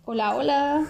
Hola, hola.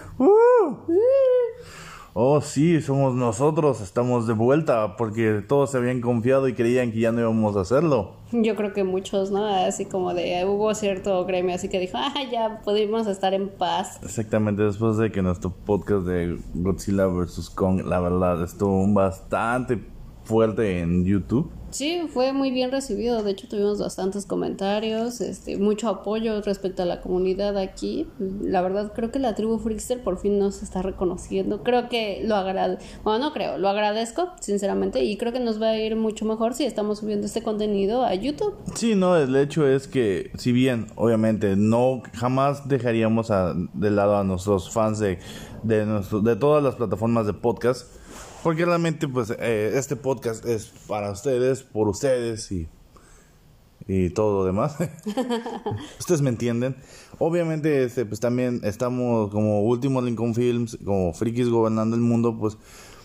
Oh, sí, somos nosotros, estamos de vuelta porque todos se habían confiado y creían que ya no íbamos a hacerlo. Yo creo que muchos, ¿no? Así como de hubo cierto gremio así que dijo, ya pudimos estar en paz. Exactamente, después de que nuestro podcast de Godzilla vs. Kong, la verdad, estuvo bastante fuerte en YouTube. Sí, fue muy bien recibido. De hecho, tuvimos bastantes comentarios, mucho apoyo respecto a la comunidad aquí. La verdad, creo que la tribu Freakster por fin nos está reconociendo. Creo que lo lo agradezco, sinceramente, y creo que nos va a ir mucho mejor si estamos subiendo este contenido a YouTube. Sí, no, el hecho es que, si bien, obviamente, no jamás dejaríamos de lado a nuestros fans de todas las plataformas de podcast. Porque realmente, pues, este podcast es para ustedes, por ustedes y todo lo demás. Ustedes me entienden. Obviamente, pues también estamos como Último Lincoln Films, como Frikis Gobernando el Mundo, pues,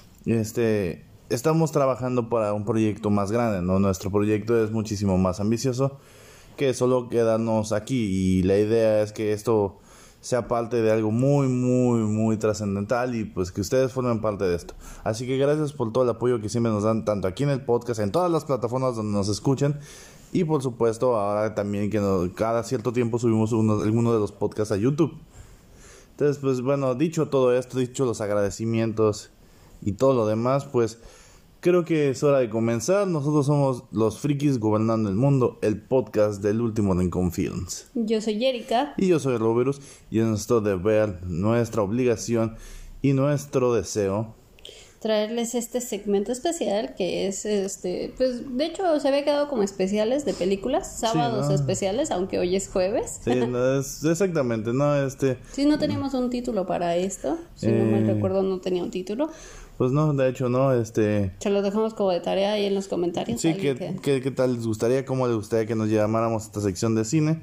estamos trabajando para un proyecto más grande, ¿no? Nuestro proyecto es muchísimo más ambicioso que solo quedarnos aquí. Y la idea es que esto sea parte de algo muy, muy, muy trascendental y pues que ustedes formen parte de esto. Así que gracias por todo el apoyo que siempre nos dan, tanto aquí en el podcast, en todas las plataformas donde nos escuchan, y por supuesto ahora también que cada cierto tiempo subimos alguno de los podcasts a YouTube. Entonces, pues bueno, dicho todo esto, dicho los agradecimientos y todo lo demás, pues creo que es hora de comenzar. Nosotros somos los Frikis Gobernando el Mundo, el podcast del Último Lincoln Films. Yo soy Erika. Y yo soy Roberus, y es nuestro deber, nuestra obligación y nuestro deseo traerles este segmento especial que es, pues de hecho se había quedado como especiales de películas, sábados especiales, aunque hoy es jueves. Sí, no, exactamente, ¿no? Sí, no teníamos un título para esto, si no mal recuerdo no tenía un título. Pues no, de hecho no, Se lo dejamos como de tarea ahí en los comentarios. Sí, ¿qué tal les gustaría? ¿Cómo les gustaría que nos llamáramos a esta sección de cine?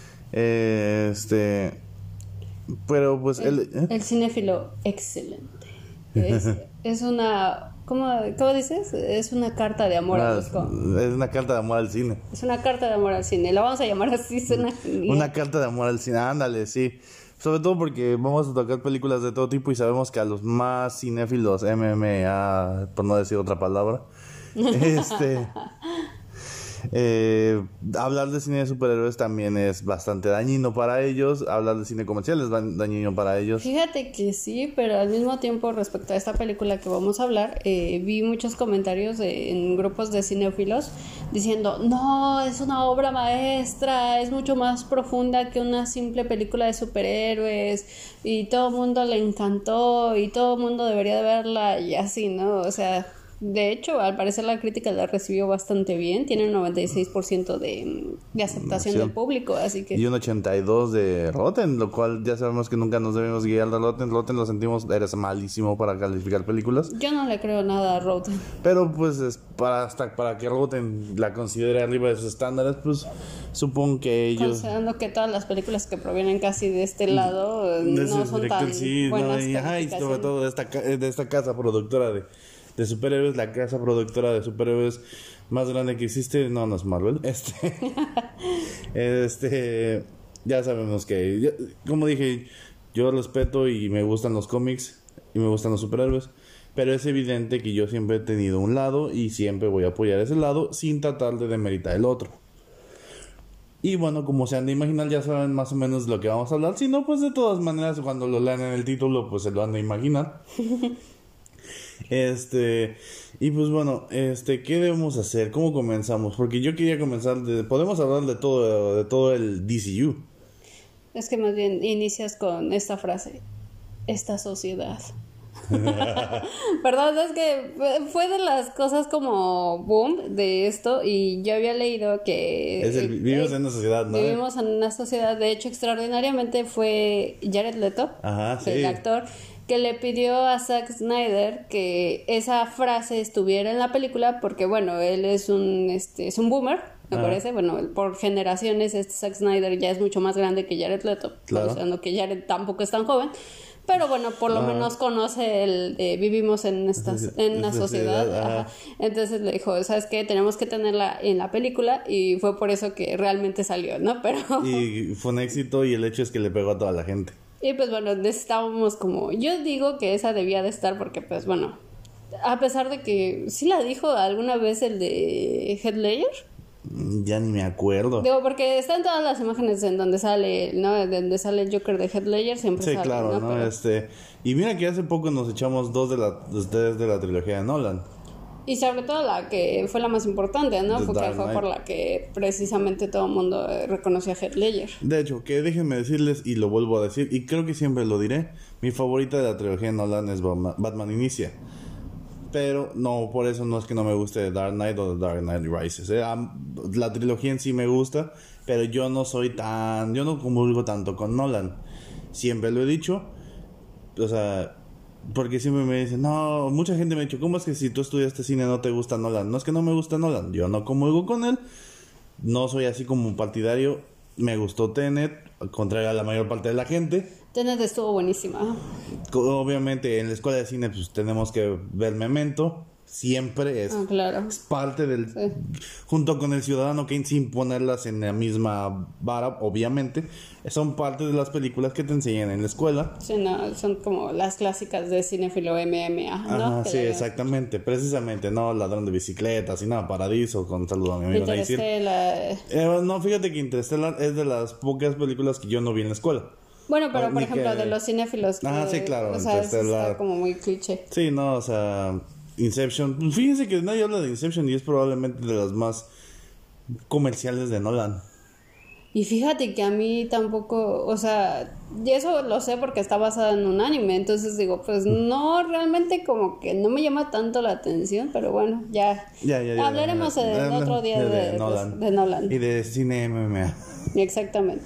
Pero pues el cinéfilo excelente. Es una... ¿Cómo dices? Es una carta de amor a los cómics. Es una carta de amor al cine. Es una carta de amor al cine. La vamos a llamar así. Una carta de amor al cine. Ándale, sí. Sobre todo porque vamos a tocar películas de todo tipo y sabemos que a los más cinéfilos, MMA, por no decir otra palabra, hablar de cine de superhéroes también es bastante dañino para ellos. Hablar de cine comercial es dañino para ellos. Fíjate que sí, pero al mismo tiempo respecto a esta película que vamos a hablar, vi muchos comentarios en grupos de cinéfilos diciendo, no, es una obra maestra, es mucho más profunda que una simple película de superhéroes y todo el mundo le encantó y todo el mundo debería de verla y así, ¿no? O sea... De hecho, al parecer la crítica la recibió bastante bien. Tiene un 96% de aceptación del público, así que... Y un 82% de Rotten, lo cual ya sabemos que nunca nos debemos guiar de Rotten. Rotten lo sentimos, eres malísimo para calificar películas. Yo no le creo nada a Rotten. Pero pues hasta para que Rotten la considere arriba de sus estándares, pues supongo que ellos... Considerando que todas las películas que provienen casi de este lado no son tan buenas. Y sobre todo de esta casa productora de superhéroes, la casa productora de superhéroes más grande que existe, no es Marvel. Ya sabemos que, como dije, yo respeto y me gustan los cómics y me gustan los superhéroes, pero es evidente que yo siempre he tenido un lado y siempre voy a apoyar ese lado sin tratar de demeritar el otro. Y bueno, como se han de imaginar, ya saben más o menos de lo que vamos a hablar. Si no, pues de todas maneras, cuando lo lean en el título, pues se lo han de imaginar. Y pues bueno, ¿qué debemos hacer? ¿Cómo comenzamos? Porque yo quería comenzar podemos hablar de todo el DCU. Es que más bien inicias con esta frase: esta sociedad. Perdón, es que fue de las cosas como boom de esto, y yo había leído que vivimos en una sociedad, ¿no? Vivimos en una sociedad. De hecho, extraordinariamente fue Jared Leto, el actor, que le pidió a Zack Snyder que esa frase estuviera en la película porque, bueno, él es un boomer, me parece. Bueno, por generaciones Zack Snyder ya es mucho más grande que Jared Leto, pensando que Jared tampoco es tan joven. Pero bueno, por lo menos conoce vivimos en una sociedad. Entonces le dijo, ¿sabes qué? Tenemos que tenerla en la película, y fue por eso que realmente salió, ¿no? Pero... Y fue un éxito, y el hecho es que le pegó a toda la gente. Y pues bueno, necesitábamos como... Yo digo que esa debía de estar porque pues bueno, a pesar de que sí la dijo alguna vez el de Heath Ledger. Ya ni me acuerdo. Digo, porque están todas las imágenes en donde sale, ¿no? De donde sale el Joker de Heath Ledger, siempre sí, sale, claro, ¿no? Pero... Y mira que hace poco nos echamos dos de la trilogía de Nolan. Y sobre todo la que fue la más importante, ¿no? Porque fue por la que precisamente todo el mundo reconoció a Heath Ledger. De hecho, que déjenme decirles, y lo vuelvo a decir, y creo que siempre lo diré, mi favorita de la trilogía de Nolan es Batman Inicia. Pero no, por eso no es que no me guste The Dark Knight o The Dark Knight Rises. La trilogía en sí me gusta, pero yo no comulgo tanto con Nolan. Siempre lo he dicho. O sea, porque siempre me dicen, no, mucha gente me ha dicho, ¿cómo es que si tú estudiaste cine no te gusta Nolan? No es que no me gusta Nolan, yo no comulgo con él. No soy así como un partidario. Me gustó Tenet, al contrario a la mayor parte de la gente. Tenet estuvo buenísima. Obviamente en la escuela de cine pues tenemos que ver Memento. Siempre es, claro. Es parte del... Sí. Junto con El Ciudadano Kane, sin ponerlas en la misma vara, obviamente. Son parte de las películas que te enseñan en la escuela. Sí, no, son como las clásicas de cinéfilo MMA, ¿no? Ajá, sí, exactamente. Precisamente, no Ladrón de Bicicletas y nada, Paradiso, con saludo a mi amigo Interstellar. No, fíjate que Interstellar es de las pocas películas que yo no vi en la escuela. Bueno, pero por ejemplo, de los cinéfilos. Sí, claro. O sea, está como muy cliché. Sí, no, o sea... Inception, fíjense que nadie habla de Inception y es probablemente de las más comerciales de Nolan. Y fíjate que a mí tampoco, o sea, y eso lo sé porque está basada en un anime, entonces digo, pues no, realmente como que no me llama tanto la atención, pero bueno, ya hablaremos el otro día de Nolan. Y de cine MMA. Exactamente.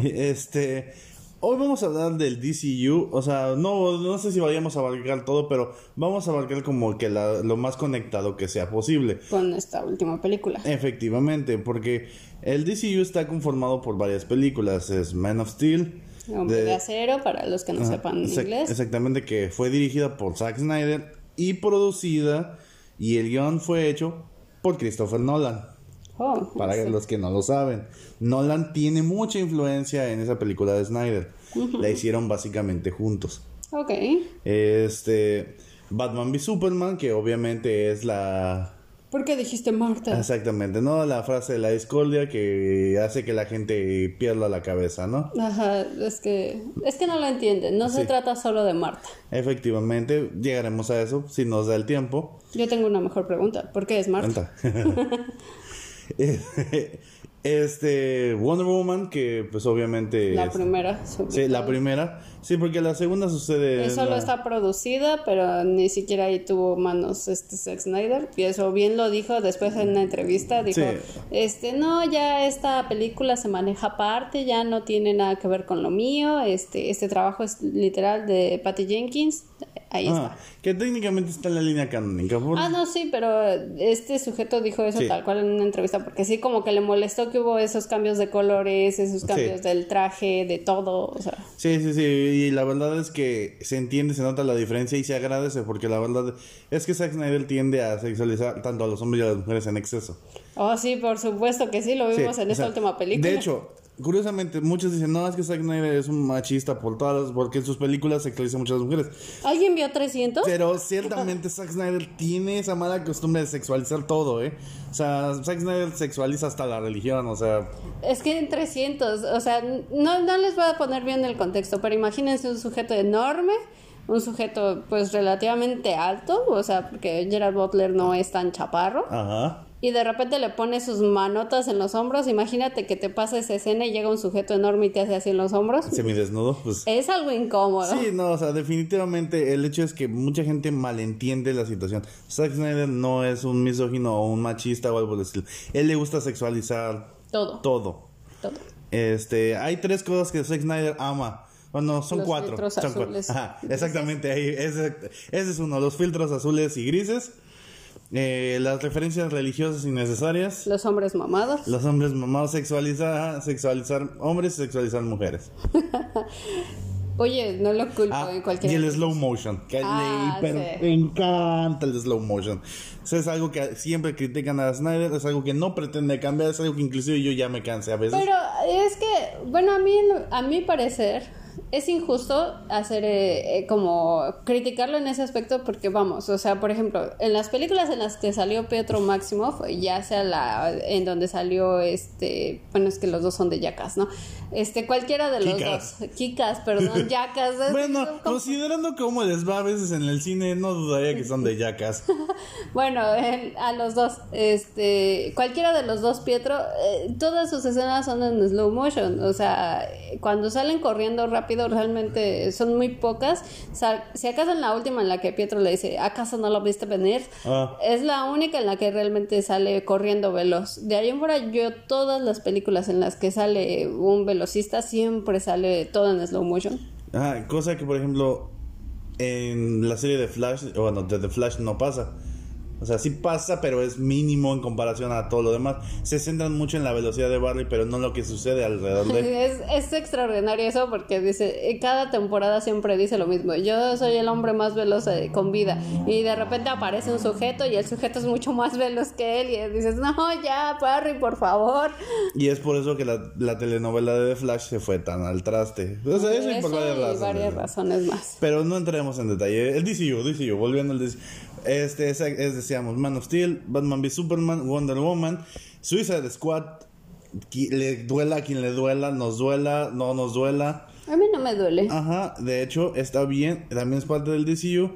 Hoy vamos a hablar del DCU, o sea, no sé si vayamos a abarcar todo, pero vamos a abarcar como que lo más conectado que sea posible. Con esta última película. Efectivamente, porque el DCU está conformado por varias películas, es Man of Steel. Hombre de Acero, para los que no sepan inglés. Exactamente, que fue dirigida por Zack Snyder y producida, y el guión fue hecho por Christopher Nolan. Para los que no lo saben, Nolan tiene mucha influencia en esa película de Snyder. La hicieron básicamente juntos. Ok. Batman v Superman, que obviamente es la... ¿Por qué dijiste Marta? Exactamente, ¿no? La frase de la discordia que hace que la gente pierda la cabeza, ¿no? Ajá, es que no lo entienden. No se trata solo de Marta. Efectivamente, llegaremos a eso si nos da el tiempo. Yo tengo una mejor pregunta. ¿Por qué es Marta? Wonder Woman, que pues obviamente la primera. Sí, la primera. Sí, porque la segunda sucede solo está producida, pero ni siquiera ahí tuvo manos Zack Snyder, y eso bien lo dijo después en una entrevista, dijo, no, ya esta película se maneja aparte, ya no tiene nada que ver con lo mío, este trabajo es literal de Patty Jenkins. Ahí está. Que técnicamente está en la línea canónica. No, sí, pero este sujeto dijo eso tal cual en una entrevista, porque sí, como que le molestó que hubo esos cambios de colores, esos cambios del traje, de todo, o sea. Sí, y la verdad es que se entiende, se nota la diferencia y se agradece, porque la verdad es que Zack Snyder tiende a sexualizar tanto a los hombres y a las mujeres en exceso. Oh, sí, por supuesto que sí, lo vimos en esta última película. De hecho, curiosamente, muchos dicen, no, es que Zack Snyder es un machista porque en sus películas sexualiza mucho a las mujeres. ¿Alguien vio 300? Pero ciertamente Zack Snyder tiene esa mala costumbre de sexualizar todo, O sea, Zack Snyder sexualiza hasta la religión, o sea... Es que en 300, o sea, no les voy a poner bien el contexto, pero imagínense un sujeto enorme, un sujeto pues relativamente alto, o sea, porque Gerard Butler no es tan chaparro. Ajá. Y de repente le pone sus manotas en los hombros. Imagínate que te pasa esa escena y llega un sujeto enorme y te hace así en los hombros. Semidesnudo, pues. Es algo incómodo. Sí, no, o sea, definitivamente el hecho es que mucha gente malentiende la situación. Zack Snyder no es un misógino o un machista o algo del estilo. Él le gusta sexualizar todo. Hay 3 cosas que Zack Snyder ama. Bueno, son 4. Los filtros azules. Ajá, exactamente, ahí. Ese es uno, los filtros azules y grises. Las referencias religiosas innecesarias. Los hombres mamados. Sexualizar hombres y sexualizar mujeres. Oye, no lo culpo en cualquier... Y el slow motion. Me encanta el slow motion. Eso es algo que siempre critican a Snyder. Es algo que no pretende cambiar. Es algo que inclusive yo ya me cansé a veces. Pero es que, bueno, a mi parecer, es injusto hacer como criticarlo en ese aspecto porque vamos, o sea, por ejemplo, en las películas en las que salió Pietro Máximoff, ya sea en donde salió bueno, es que los dos son de Jackass, ¿no? Cualquiera de los Kick-Ass. dos, Kick-Ass, perdón, Jackass. Bueno, considerando cómo les va a veces en el cine, no dudaría que son de Jackass. Bueno, a los dos, cualquiera de los dos, Pietro, todas sus escenas son en slow motion, o sea, cuando salen corriendo rápido realmente son muy pocas. Si acaso en la última en la que Pietro le dice, ¿acaso no lo viste venir? Es la única en la que realmente sale corriendo veloz. De ahí en fuera, yo todas las películas en las que sale un velocista siempre sale todo en slow motion. Cosa que por ejemplo en la serie de Flash, bueno, de The Flash no pasa. O sea, sí pasa, pero es mínimo en comparación a todo lo demás. Se centran mucho en la velocidad de Barry, pero no en lo que sucede alrededor de... Es extraordinario eso porque dice, cada temporada siempre dice lo mismo. Yo soy el hombre más veloz con vida. Y de repente aparece un sujeto y el sujeto es mucho más veloz que él. Y dices, no, ya, Barry, por favor. Y es por eso que la telenovela de The Flash se fue tan al traste. O sea, eso y por varias razones más. Pero no entremos en detalle. El DCU, volviendo al DCU. Decíamos, Man of Steel, Batman v Superman, Wonder Woman, Suicide Squad, le duela a quien le duela, nos duela, no nos duela. A mí no me duele. Ajá, de hecho, está bien, también es parte del DCU.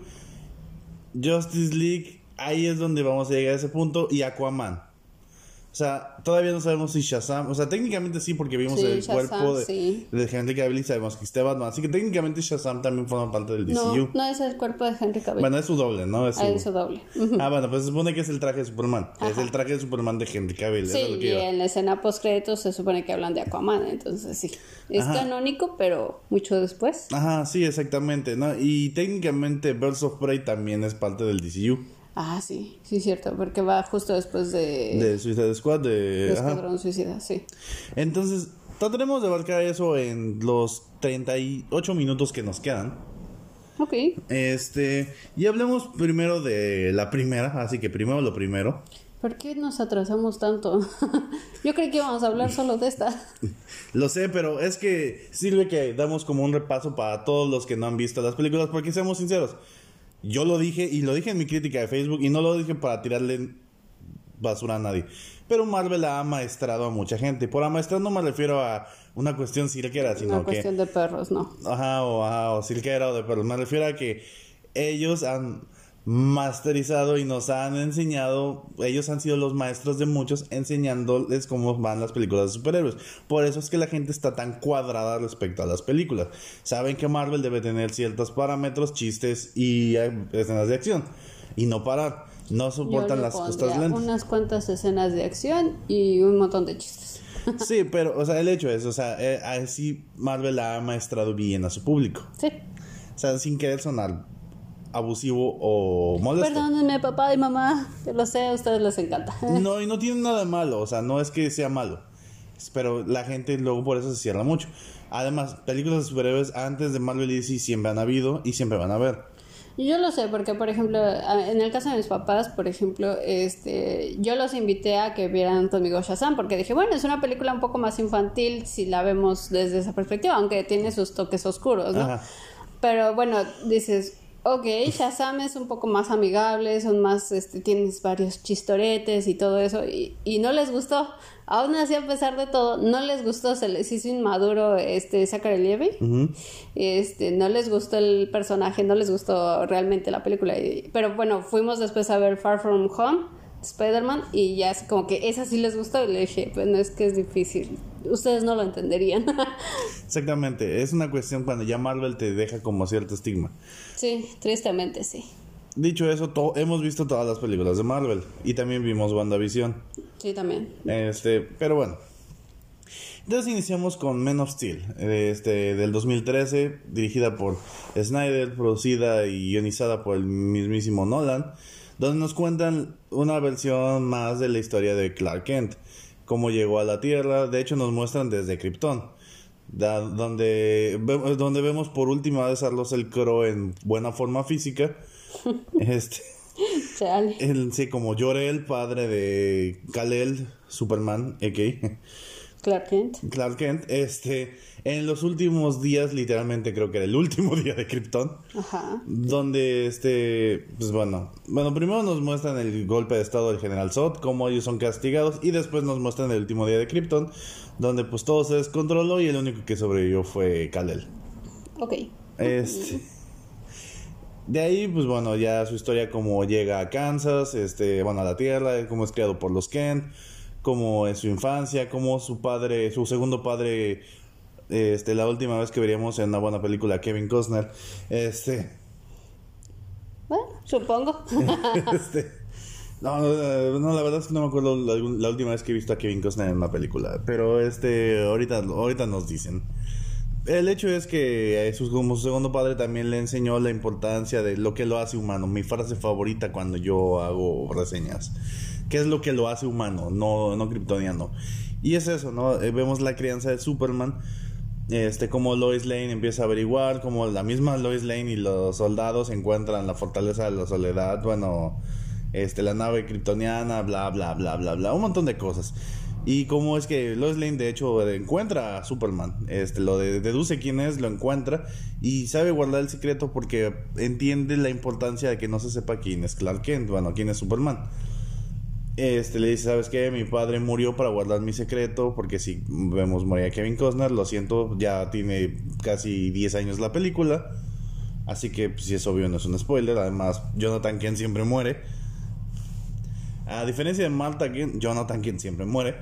Justice League, ahí es donde vamos a llegar a ese punto, y Aquaman. O sea, todavía no sabemos si Shazam... O sea, técnicamente sí, porque vimos el Shazam, cuerpo de Henry Cavill y sabemos que está Batman. Así que técnicamente Shazam también forma parte del DCU. No es el cuerpo de Henry Cavill. Bueno, es su doble, ¿no? Es su doble. Bueno, pues se supone que es el traje de Superman. Ajá. Es el traje de Superman de Henry Cavill. Sí, y en la escena post-créditos se supone que hablan de Aquaman. Entonces sí, es canónico, pero mucho después. Ajá, sí, exactamente, ¿no? Y técnicamente Birds of Prey también es parte del DCU. Sí, cierto, porque va justo después de Suicide Squad, de Escuadrón Suicida, sí. Entonces, trataremos de abarcar eso en los 38 minutos que nos quedan. Ok. Y hablemos primero de la primera, así que primero lo primero. ¿Por qué nos atrasamos tanto? Yo creí que íbamos a hablar solo de esta. Lo sé, pero es que sirve que damos como un repaso para todos los que no han visto las películas, porque seamos sinceros. Yo lo dije, y lo dije en mi crítica de Facebook, y no lo dije para tirarle basura a nadie. Pero Marvel ha amaestrado a mucha gente. Por amaestrar no me refiero a una cuestión cirquera, sino una cuestión de perros, ¿no? O cirquera o de perros. Me refiero a que ellos han masterizado y nos han enseñado, ellos han sido los maestros de muchos enseñándoles cómo van las películas de superhéroes. Por eso es que la gente está tan cuadrada respecto a las películas. Saben que Marvel debe tener ciertos parámetros, chistes y escenas de acción y no parar. No soportan las costas lentas. Unas cuantas escenas de acción y un montón de chistes. Sí, pero o sea, el hecho es, o sea, así Marvel ha amaestrado bien a su público. Sí. O sea, sin querer sonar abusivo o molesto. Perdónenme, papá y mamá, que lo sé, a ustedes les encanta. No, y no tiene nada de malo, o sea, no es que sea malo, pero la gente luego por eso se cierra mucho. Además, películas de superhéroes antes de Marvel y DC siempre han habido y siempre van a haber. Yo lo sé, porque por ejemplo, en el caso de mis papás, por ejemplo, yo los invité a que vieran conmigo Shazam, porque dije, bueno, es una película un poco más infantil si la vemos desde esa perspectiva, aunque tiene sus toques oscuros, ¿no? Ajá. Pero bueno, dices, ok, Shazam es un poco más amigable, son más, tienes varios chistoretes y todo eso, y no les gustó. Aún así, a pesar de todo, no les gustó, se les hizo inmaduro Zachary Levi. Uh-huh. No les gustó el personaje, no les gustó realmente la película. Pero bueno, fuimos después a ver Far From Home, Spider-Man, y ya es como que esa sí les gustó. Y le dije, bueno, es que es difícil, ustedes no lo entenderían. Exactamente, es una cuestión cuando ya Marvel te deja como cierto estigma. Sí, tristemente sí. Dicho eso, hemos visto todas las películas de Marvel y también vimos WandaVision. Sí, también. Pero bueno. Entonces iniciamos con Man of Steel, del 2013, dirigida por Snyder, producida y guionizada por el mismísimo Nolan, donde nos cuentan una versión más de la historia de Clark Kent, cómo llegó a la Tierra. De hecho, nos muestran desde Krypton, donde vemos por última vez a Russell Crowe en buena forma física. Sí, como Jor-El, padre de Kal-El, Superman, a.k.a. Clark Kent. Clark Kent, en los últimos días, literalmente creo que era el último día de Krypton. Ajá. Donde, pues bueno, primero nos muestran el golpe de estado del General Zod, cómo ellos son castigados, y después nos muestran el último día de Krypton, donde pues todo se descontroló y el único que sobrevivió fue Kal-El. Ok. De ahí, pues bueno, ya su historia como llega a Kansas, a la Tierra, cómo es criado por los Kent, cómo es su infancia, cómo su padre, su segundo padre, la última vez que veríamos en una buena película, Kevin Costner, Bueno, supongo. No, la verdad es que no me acuerdo la última vez que he visto a Kevin Costner en una película, pero ahorita nos dicen. El hecho es que como su segundo padre también le enseñó la importancia de lo que lo hace humano. Mi frase favorita cuando yo hago reseñas: ¿qué es lo que lo hace humano? No kryptoniano. Y es eso, ¿no? Vemos la crianza de Superman, como Lois Lane empieza a averiguar, como la misma Lois Lane y los soldados encuentran la fortaleza de la soledad, la nave kryptoniana, bla bla bla bla bla, un montón de cosas. Y cómo es que Lois Lane de hecho encuentra a Superman, deduce quién es, lo encuentra y sabe guardar el secreto porque entiende la importancia de que no se sepa quién es Clark Kent, quién es Superman. Le dice: ¿sabes qué? Mi padre murió para guardar mi secreto, porque si vemos morir a Kevin Costner, lo siento, ya tiene casi 10 años la película, así que pues, si es obvio, no es un spoiler. Además, Jonathan Kent siempre muere. A diferencia de Martha Kent, Jonathan Kent siempre muere.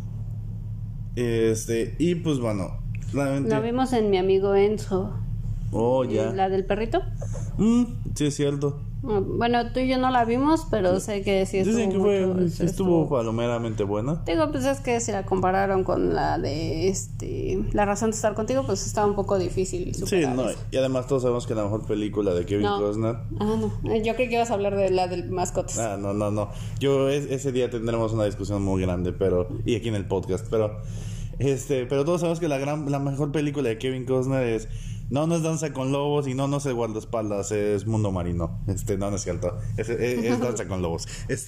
Y pues bueno, realmente... Lo vimos en Mi Amigo Enzo. Oh, ya. ¿La del perrito? Sí, es cierto. Bueno, tú y yo no la vimos, pero sé que sí estuvo. Dicen que estuvo palomeramente buena. Digo, pues es que si la compararon con la de La razón de estar contigo, pues estaba un poco difícil superar. Sí, no, y además todos sabemos que la mejor película de Kevin Costner. No, yo creo que ibas a hablar de la del mascotas. No. Ese día tendremos una discusión muy grande, y aquí en el podcast, pero todos sabemos que la mejor película de Kevin Costner es Danza con Lobos, y no es el guardaespaldas, es Mundo Marino. No es cierto. Es Danza con Lobos.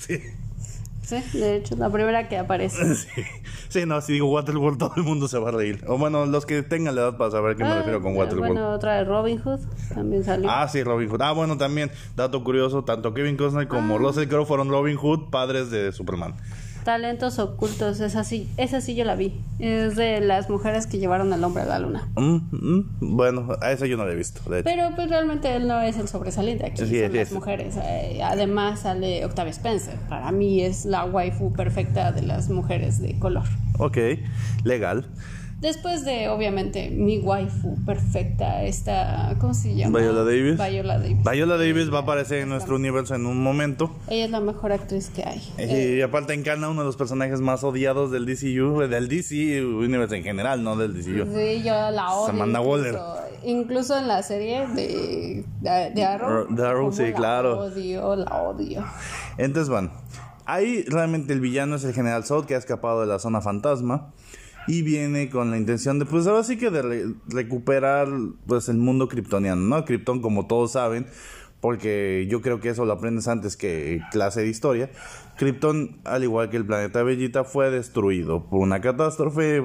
Sí, de hecho, la primera que aparece. Sí, no, si digo Waterworld, todo el mundo se va a reír. O bueno, los que tengan la edad para saber a qué me refiero con Waterworld. Bueno, otra de Robin Hood también salió. Sí, Robin Hood. Bueno, también, dato curioso, tanto Kevin Costner como Russell Crowe fueron Robin Hood, padres de Superman. Talentos ocultos, esa sí yo la vi. Es de las mujeres que llevaron al hombre a la luna. Bueno, a esa yo no la he visto, de hecho. Pero pues realmente él no es el sobresaliente aquí, son las mujeres. Además sale Octavia Spencer. Para mí es la waifu perfecta de las mujeres de color. Ok, legal. Después de, obviamente, mi waifu perfecta, ¿cómo se llama? Viola Davis. Viola Davis va a aparecer en nuestro universo en un momento. Ella es la mejor actriz que hay. Y aparte encarna uno de los personajes más odiados del DCU, del DC Universe en general, no del DCU. Sí, yo la odio. Amanda Waller. Incluso en la serie de Arrow. De Arrow, sí, claro. La odio. Entonces, bueno, ahí realmente el villano es el General Zod, que ha escapado de la zona fantasma. Y viene con la intención de, pues ahora sí que de recuperar pues el mundo kryptoniano, ¿no? Krypton, como todos saben, porque yo creo que eso lo aprendes antes que clase de historia. Krypton, al igual que el planeta Bellita, fue destruido por una catástrofe.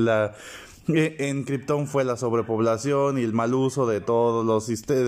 En Krypton fue la sobrepoblación y el mal uso de todos los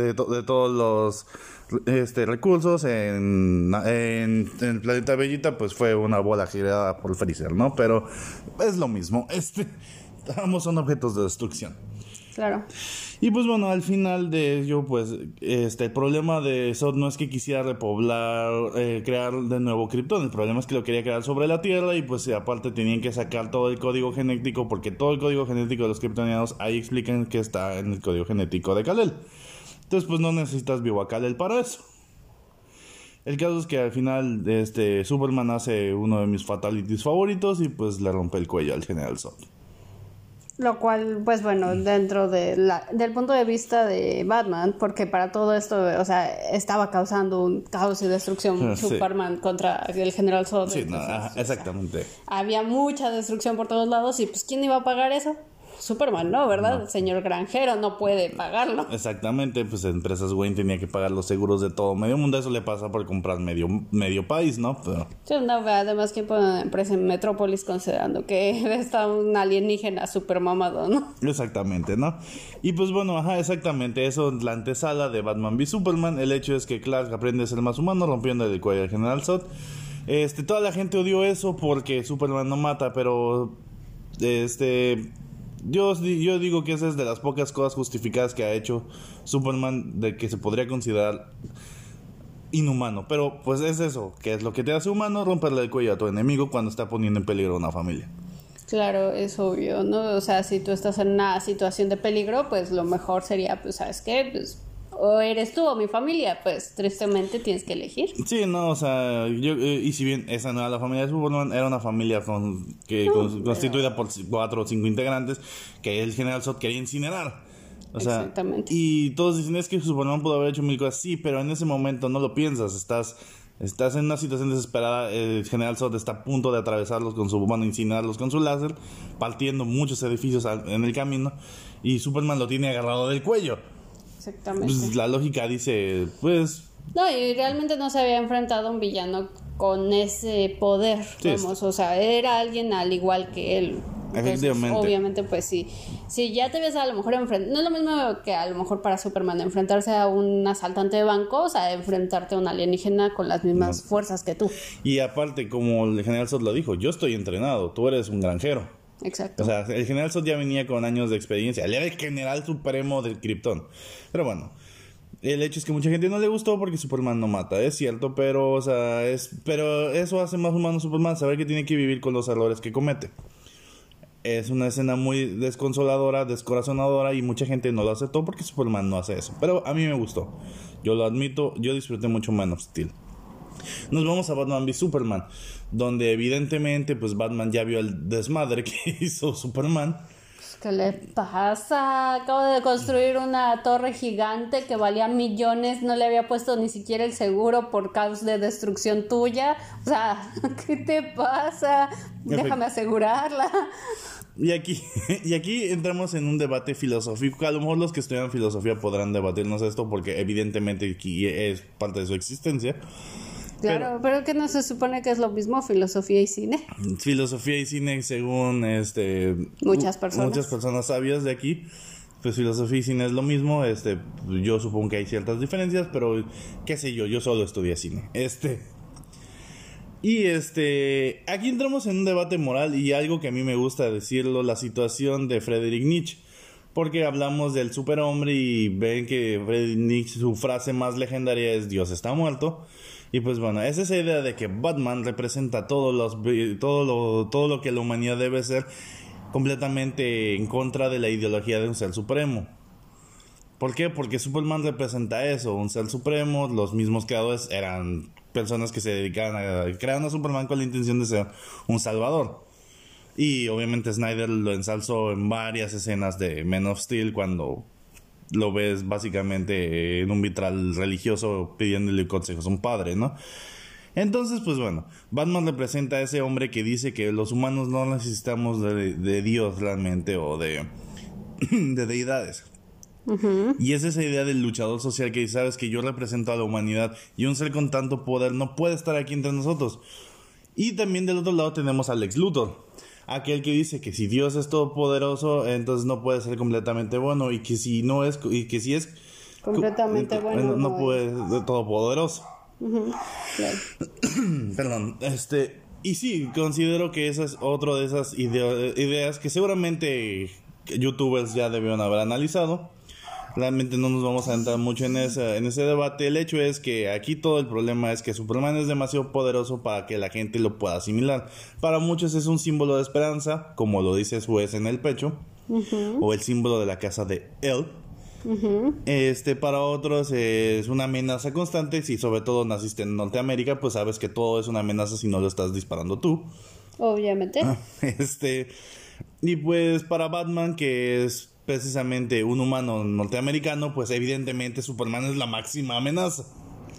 recursos. En el planeta Bellita pues fue una bola girada por Freezer, ¿no? Pero es lo mismo. Ambos son objetos de destrucción. Claro. Y pues bueno, al final de ello, pues el problema de Zod no es que quisiera repoblar, crear de nuevo Krypton. El problema es que lo quería crear sobre la Tierra, y pues aparte tenían que sacar todo el código genético, porque todo el código genético de los kryptonianos ahí explican que está en el código genético de Kal-El. Entonces pues no necesitas vivo a Kal-El para eso. El caso es que al final Superman hace uno de mis fatalities favoritos y pues le rompe el cuello al General Zod. Lo cual, pues bueno, dentro del punto de vista de Batman, porque para todo esto, o sea, estaba causando un caos y destrucción Superman contra el General Zod. Sí, entonces, exactamente. Había mucha destrucción por todos lados y pues ¿quién iba a pagar eso? Superman no, ¿verdad? No. El señor granjero no puede pagarlo. Exactamente, pues Empresas Wayne tenía que pagar los seguros de todo medio mundo. Eso le pasa por comprar medio país, ¿no? Pero... Sí, no, además que pone una empresa en Metrópolis considerando que está un alienígena super mamado, ¿no? Exactamente, ¿no? Y pues bueno, exactamente, eso es la antesala de Batman v Superman. El hecho es que Clark aprende a ser más humano rompiendo el cuello al General Zod. Toda la gente odió eso porque Superman no mata, pero yo digo que esa es de las pocas cosas justificadas que ha hecho Superman de que se podría considerar inhumano. Pero pues es eso, que es lo que te hace humano, romperle el cuello a tu enemigo cuando está poniendo en peligro a una familia. Claro, es obvio, ¿no? O sea, si tú estás en una situación de peligro, pues lo mejor sería, pues, ¿sabes qué? Pues o eres tú o mi familia, pues tristemente tienes que elegir. Sí, no, o sea, y si bien esa no era la familia de Superman, era una familia constituida por 4 o 5 integrantes que el General Zod quería incinerar. O sea, exactamente. Y todos dicen, es que Superman pudo haber hecho mil cosas, sí, pero en ese momento no lo piensas, estás en una situación desesperada. El General Zod está a punto de atravesarlos incinerarlos con su láser, partiendo muchos edificios en el camino, y Superman lo tiene agarrado del cuello. Exactamente. Pues la lógica dice, pues... No, y realmente no se había enfrentado a un villano con ese poder, sí, vamos, o sea, era alguien al igual que él. Efectivamente. Entonces, obviamente, pues sí. Si ya te ves a lo mejor enfrentar, no es lo mismo que a lo mejor para Superman enfrentarse a un asaltante de bancos a enfrentarte a un alienígena con las mismas fuerzas que tú. Y aparte, como el General Zod lo dijo, yo estoy entrenado, tú eres un granjero. Exacto. O sea, el General Zod ya venía con años de experiencia. Él era el general supremo del Krypton. Pero bueno, el hecho es que mucha gente no le gustó porque Superman no mata, es cierto, pero o sea, pero eso hace más humano a Superman, saber que tiene que vivir con los errores que comete. Es una escena muy desconsoladora, descorazonadora, y mucha gente no lo aceptó porque Superman no hace eso. Pero a mí me gustó. Yo lo admito, yo disfruté mucho Man of Steel. Nos vamos a Batman v Superman, donde evidentemente pues Batman ya vio el desmadre que hizo Superman. ¿Qué le pasa? Acabo de construir una torre gigante que valía millones, no le había puesto ni siquiera el seguro por causa de destrucción tuya. O sea, ¿qué te pasa? Déjame asegurarla. Y aquí entramos en un debate filosófico. A lo mejor los que estudian filosofía podrán debatirnos esto porque evidentemente aquí es parte de su existencia. Claro, pero que no se supone que es lo mismo filosofía y cine. Filosofía y cine, según muchas personas sabias de aquí, pues filosofía y cine es lo mismo. Yo supongo que hay ciertas diferencias, pero qué sé yo solo estudié cine. Y aquí entramos en un debate moral y algo que a mí me gusta decirlo, la situación de Friedrich Nietzsche. Porque hablamos del superhombre y ven que Friedrich Nietzsche, su frase más legendaria es Dios está muerto. Y pues bueno, es esa idea de que Batman representa todo lo que la humanidad debe ser, completamente en contra de la ideología de un ser supremo. ¿Por qué? Porque Superman representa eso, un ser supremo. Los mismos creadores eran personas que se dedicaban a crear a Superman con la intención de ser un salvador. Y obviamente Snyder lo ensalzó en varias escenas de Man of Steel, cuando lo ves básicamente en un vitral religioso pidiéndole consejos a un padre, ¿no? Entonces, pues bueno, Batman representa a ese hombre que dice que los humanos no necesitamos de Dios realmente, o de deidades. Uh-huh. Y es esa idea del luchador social que dice, sabes que yo represento a la humanidad y un ser con tanto poder no puede estar aquí entre nosotros. Y también del otro lado tenemos a Lex Luthor, aquel que dice que si Dios es todopoderoso, entonces no puede ser completamente bueno, y que si no es, y que si es completamente bueno, no puede ser todopoderoso. Uh-huh. Claro. Perdón, y sí, considero que esa es otra de esas ideas que seguramente youtubers ya debieron haber analizado. Realmente no nos vamos a entrar mucho en ese debate. El hecho es que aquí todo el problema es que Superman es demasiado poderoso para que la gente lo pueda asimilar. Para muchos es un símbolo de esperanza, como lo dice su S en el pecho, uh-huh, o el símbolo de la casa de él. Uh-huh. Para otros es una amenaza constante. Si sobre todo naciste en Norteamérica, pues sabes que todo es una amenaza si no lo estás disparando tú. Obviamente. Y pues para Batman, que es precisamente un humano norteamericano, pues evidentemente Superman es la máxima amenaza.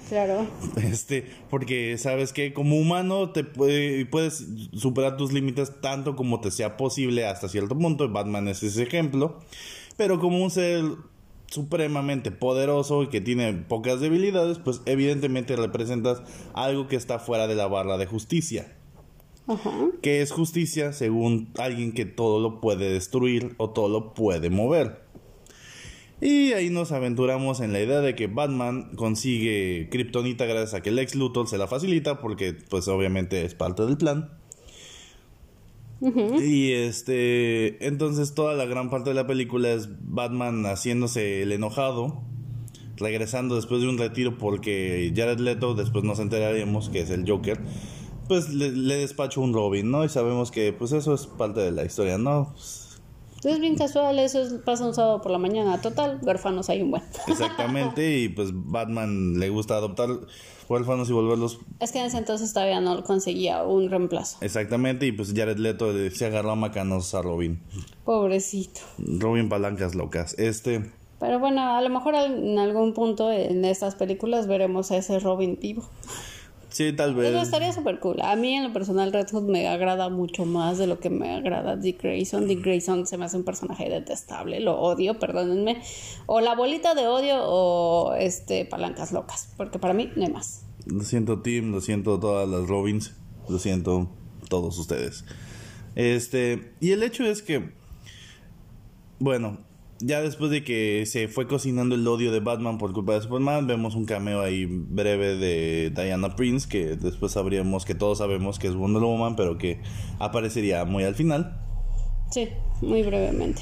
Claro. Porque sabes que como humano puedes superar tus límites tanto como te sea posible hasta cierto punto. Batman es ese ejemplo. Pero como un ser supremamente poderoso y que tiene pocas debilidades, pues evidentemente representas algo que está fuera de la barra de justicia. Ajá. ¿Qué es justicia? Según alguien que todo lo puede destruir o todo lo puede mover. Y ahí nos aventuramos en la idea de que Batman consigue Kryptonita gracias a que Lex Luthor se la facilita, porque pues obviamente es parte del plan. Uh-huh. Y entonces toda la gran parte de la película es Batman haciéndose el enojado, regresando después de un retiro porque Jared Leto, después nos enteraremos que es el Joker, pues le despachó un Robin, ¿no? Y sabemos que pues eso es parte de la historia, ¿no? Es bien casual, pasa un sábado por la mañana. Total, huérfanos hay un buen. Exactamente, y pues Batman le gusta adoptar huérfanos y volverlos... Es que en ese entonces todavía no conseguía un reemplazo. Exactamente, y pues Jared Leto se agarró a macanos a Robin. Pobrecito. Robin palancas locas. Pero bueno, a lo mejor en algún punto en estas películas veremos a ese Robin vivo. Sí, tal vez. Eso estaría súper cool. A mí en lo personal Red Hood me agrada mucho más de lo que me agrada Dick Grayson. Dick Grayson se me hace un personaje detestable, lo odio, perdónenme. O la bolita de odio o palancas locas, porque para mí no hay más. Lo siento Tim, lo siento todas las Robins, lo siento todos ustedes. Y el hecho es que, bueno, ya después de que se fue cocinando el odio de Batman por culpa de Superman, vemos un cameo ahí breve de Diana Prince, que después sabríamos que todos sabemos que es Wonder Woman, pero que aparecería muy al final. Sí, muy brevemente.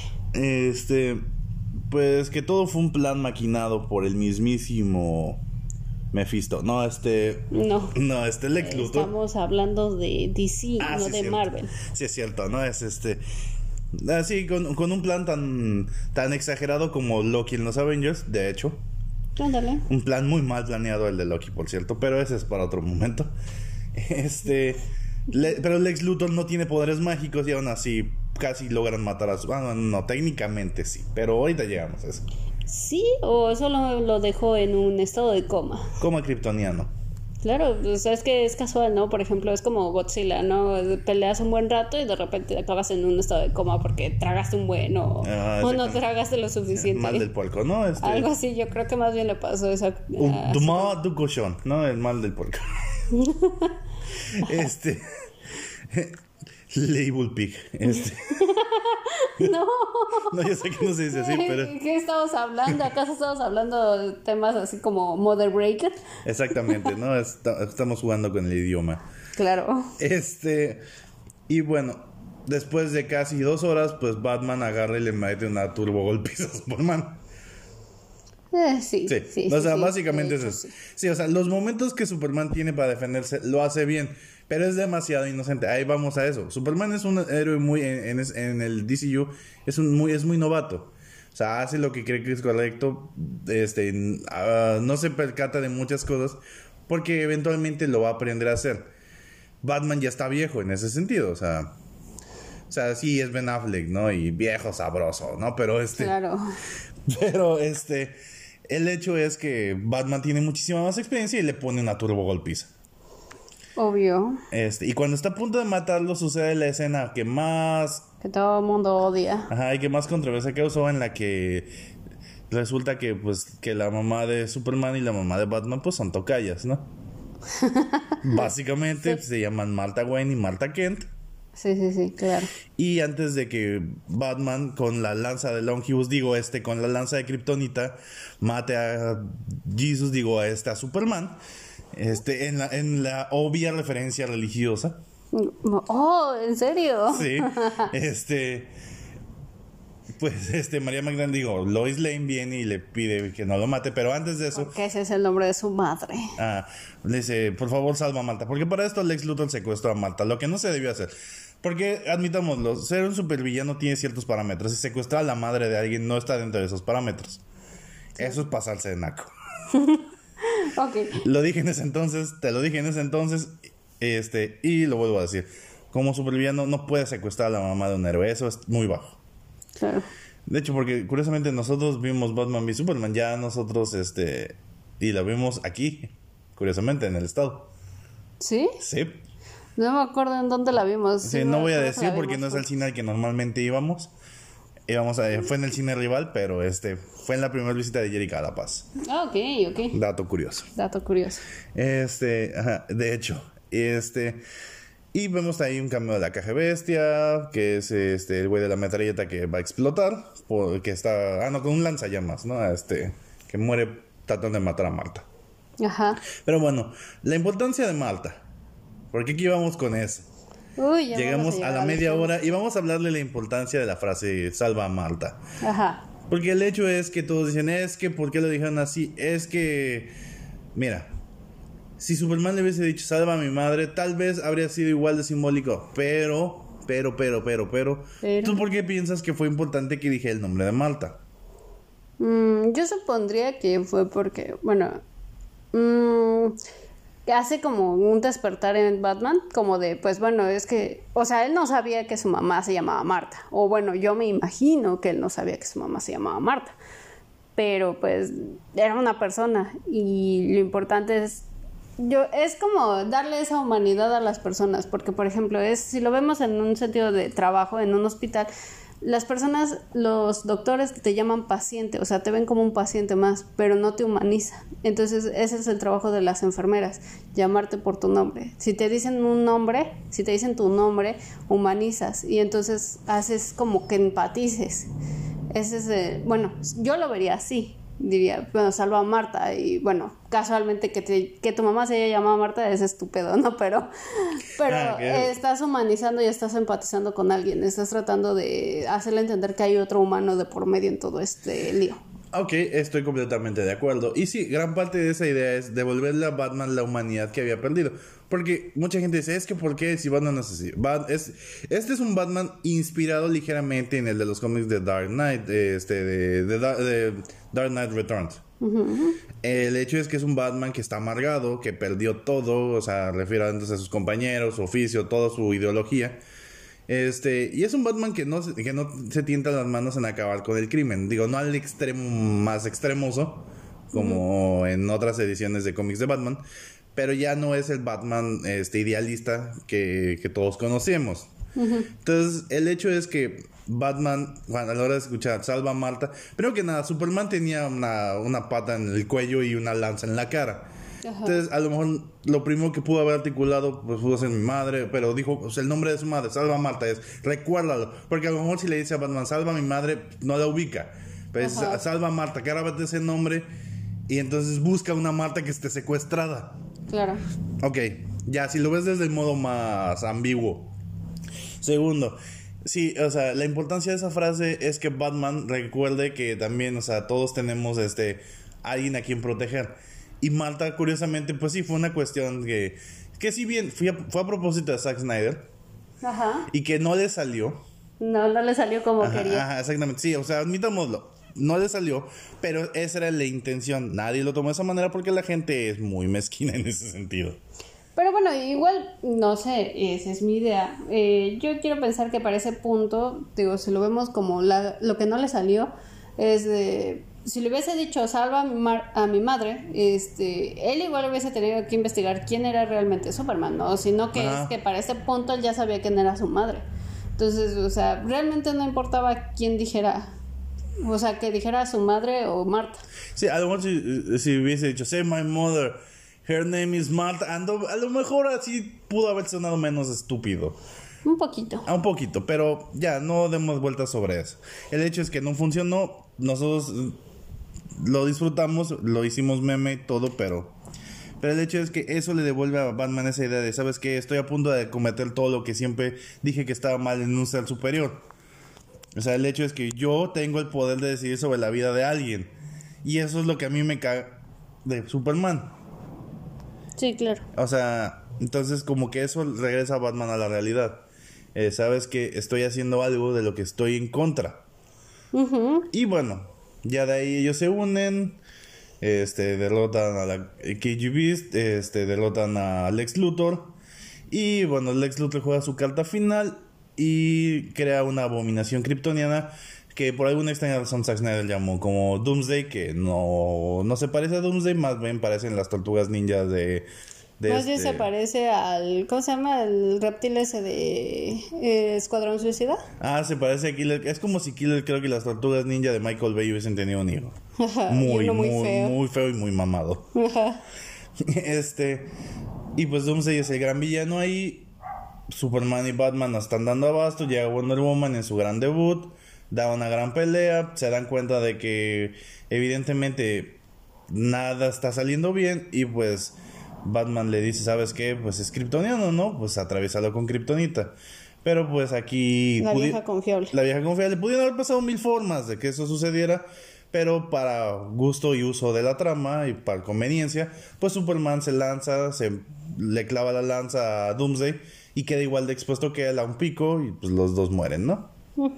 Pues que todo fue un plan maquinado por el mismísimo Mephisto. No, Lex Luthor. Estamos hablando de DC, no sí, de cierto. Marvel. Sí, es cierto, no es así, con un plan tan exagerado como Loki en los Avengers, de hecho. Ándale. Un plan muy mal planeado el de Loki, por cierto, pero ese es para otro momento. Pero Lex Luthor no tiene poderes mágicos y aún así casi logran matar a su... no, técnicamente sí, pero ahorita llegamos a eso. ¿Sí? ¿O solo lo dejó en un estado de coma? Coma kryptoniano. Claro, pues es que es casual, ¿no? Por ejemplo, es como Godzilla, ¿no? Peleas un buen rato y de repente acabas en un estado de coma porque tragaste un buen o no tragaste lo suficiente. Mal del puerco, ¿no? Algo así, yo creo que más bien le pasó eso. Du cochón, ¿no? El mal del puerco. Label Pig. No. No, yo sé que no se dice así, pero... ¿Qué estamos hablando? ¿Acaso estamos hablando de temas así como Mother Breaker? Exactamente, ¿no? Estamos jugando con el idioma. Claro. Y bueno, después de casi 2 horas, pues Batman agarra y le mete una turbo golpiza a Superman. Sí. O sea, básicamente es eso. Sí, o sea, los momentos que Superman tiene para defenderse lo hace bien, pero es demasiado inocente. Ahí vamos a eso. Superman es un héroe muy en el DCU es muy novato. O sea, hace lo que cree que es correcto. No se percata de muchas cosas porque eventualmente lo va a aprender a hacer. Batman ya está viejo en ese sentido, o sea, sí es Ben Affleck, ¿no? Y viejo sabroso, ¿no? Pero Claro. Pero el hecho es que Batman tiene muchísima más experiencia y le pone una turbo golpiza. Obvio. Y cuando está a punto de matarlo sucede la escena que todo el mundo odia. Ajá, y que más controversia causó, en la que resulta que pues que la mamá de Superman y la mamá de Batman pues son tocayas, ¿no? Básicamente se llaman Martha Wayne y Martha Kent. Sí, claro. Y antes de que Batman con la lanza de Longibus, con la lanza de Kryptonita mate a Jesus, a Superman, en la obvia referencia religiosa. Oh, ¿en serio? Sí. Pues María Magdalena, Lois Lane viene y le pide que no lo mate, pero antes de eso... Porque ese es el nombre de su madre. Le dice, por favor salva a Malta, porque para esto Lex Luthor secuestró a Malta, lo que no se debió hacer. Porque, admitámoslo, ser un supervillano tiene ciertos parámetros, y secuestrar a la madre de alguien no está dentro de esos parámetros. Sí. Eso es pasarse de naco. Okay. Lo dije en ese entonces, te lo dije en ese entonces, y lo vuelvo a decir. Como supervillano no puedes secuestrar a la mamá de un héroe, eso es muy bajo. Claro. De hecho, porque curiosamente nosotros vimos Batman v Superman, ya nosotros, y la vimos aquí. curiosamente, en el estado. ¿Sí? Sí. No me acuerdo en dónde la vimos. Sí, no voy a decir porque no es el cine al que normalmente íbamos. Fue en el cine rival, pero fue en la primera visita de Jerica a La Paz. Ah, ok. Dato curioso. Ajá, de hecho, y vemos ahí un cameo de la Caja Bestia, que es el güey de la metralleta que va a explotar, porque está, con un lanzallamas, ¿no? Que muere tratando de matar a Marta. Ajá. Pero bueno, la importancia de Marta, porque aquí vamos con eso. Uy, ya llegamos a la media hora y vamos a hablarle la importancia de la frase salva a Marta. Ajá. Porque el hecho es que todos dicen, es que ¿por qué lo dijeron así? Es que, mira, si Superman le hubiese dicho salva a mi madre, tal vez habría sido igual de simbólico. Pero, ¿tú por qué piensas que fue importante que dije el nombre de Marta? Yo supondría que fue porque, bueno, hace como un despertar en Batman, como de, pues bueno, es que, o sea, él no sabía que su mamá se llamaba Marta, o bueno, yo me imagino que él no sabía que su mamá se llamaba Marta, pero pues era una persona y lo importante es como darle esa humanidad a las personas, porque por ejemplo, si lo vemos en un sentido de trabajo en un hospital, las personas, los doctores te llaman paciente, o sea, te ven como un paciente más, pero no te humanizan. Entonces, ese es el trabajo de las enfermeras, llamarte por tu nombre. Si te dicen tu nombre, humanizas y entonces haces como que empatices. Bueno, yo lo vería así. Diría, bueno, salva a Marta y bueno, casualmente que tu mamá se haya llamado Marta es estúpido, ¿no? Pero estás humanizando y estás empatizando con alguien, estás tratando de hacerle entender que hay otro humano de por medio en todo este lío. Ok, estoy completamente de acuerdo. Y sí, gran parte de esa idea es devolverle a Batman la humanidad que había perdido. Porque mucha gente dice, es que ¿por qué si Batman no es así? Este es un Batman inspirado ligeramente en el de los cómics de Dark Knight, de Dark Knight Returns. Uh-huh. El hecho es que es un Batman que está amargado, que perdió todo, o sea, refiriéndose a sus compañeros, su oficio, toda su ideología. Y es un Batman que no se tienta las manos en acabar con el crimen. Digo, no al extremo más extremoso, como en otras ediciones de cómics de Batman, pero ya no es el Batman idealista que todos conocemos. Uh-huh. Entonces, el hecho es que Batman, a la hora de escuchar salva a Marta, primero que nada, Superman tenía una pata en el cuello y una lanza en la cara. Ajá. Entonces, a lo mejor lo primero que pudo haber articulado pues pudo ser mi madre, pero dijo, pues, el nombre de su madre, salva a Marta, recuérdalo, porque a lo mejor si le dice a Batman, salva a mi madre, no la ubica, pero salva a Marta, que ahora ese nombre, y entonces busca una Marta que esté secuestrada. Claro. Ok, ya, si lo ves desde el modo más ambiguo. Segundo, sí, o sea, la importancia de esa frase es que Batman recuerde que también, o sea, todos tenemos alguien a quien proteger. Y Marta, curiosamente, pues sí, fue una cuestión que si bien fue a propósito de Zack Snyder. Ajá. Y que no le salió. No le salió como quería. Ajá, exactamente, sí, o sea, admitámoslo, no le salió, pero esa era la intención. Nadie lo tomó de esa manera porque la gente es muy mezquina en ese sentido. Pero bueno, igual, no sé, esa es mi idea. Yo quiero pensar que para ese punto, digo, si lo vemos como lo que no le salió, es de... Si le hubiese dicho salva a mi madre, él igual hubiese tenido que investigar quién era realmente Superman, ¿no? Sino que es que para ese punto él ya sabía quién era su madre. Entonces, o sea, realmente no importaba quién dijera, o sea, que dijera su madre o Marta. Sí, a lo mejor si hubiese dicho, say my mother, her name is Marta, a lo mejor así pudo haber sonado menos estúpido. Un poquito. Un poquito, pero ya, no demos vueltas sobre eso. El hecho es que no funcionó, nosotros lo disfrutamos, lo hicimos meme, todo, pero el hecho es que eso le devuelve a Batman esa idea de, ¿sabes qué? Estoy a punto de cometer todo lo que siempre dije que estaba mal en un ser superior. O sea, el hecho es que yo tengo el poder de decidir sobre la vida de alguien. Y eso es lo que a mí me caga de Superman. Sí, claro. O sea, entonces como que eso regresa a Batman a la realidad. Sabes que estoy haciendo algo de lo que estoy en contra. Uh-huh. Y bueno, ya de ahí ellos se unen, derrotan a la KGB, derrotan a Lex Luthor. Y bueno, Lex Luthor juega su carta final y crea una abominación kryptoniana que por alguna extraña razón Zack Snyder llamó como Doomsday, que no se parece a Doomsday, más bien parecen las tortugas ninjas de más bien se parece al... ¿Cómo se llama? El reptil ese de Escuadrón Suicida. Se parece a Killer. Es como si Killer, creo que las tortugas ninja de Michael Bay hubiesen tenido un hijo. Muy feo y muy mamado. Y pues Doomsday es el gran villano ahí. Superman y Batman no están dando abasto. Llega Wonder Woman en su gran debut. Da una gran pelea. Se dan cuenta de que evidentemente nada está saliendo bien. Y pues Batman le dice, ¿sabes qué? Pues es kryptoniano, ¿no? Pues atraviésalo con kriptonita. Pero pues aquí... La vieja confiable. Pudieron haber pasado 1000 formas de que eso sucediera. Pero para gusto y uso de la trama y para conveniencia, pues Superman se lanza, le clava la lanza a Doomsday y queda igual de expuesto que él a un pico y pues los dos mueren, ¿no?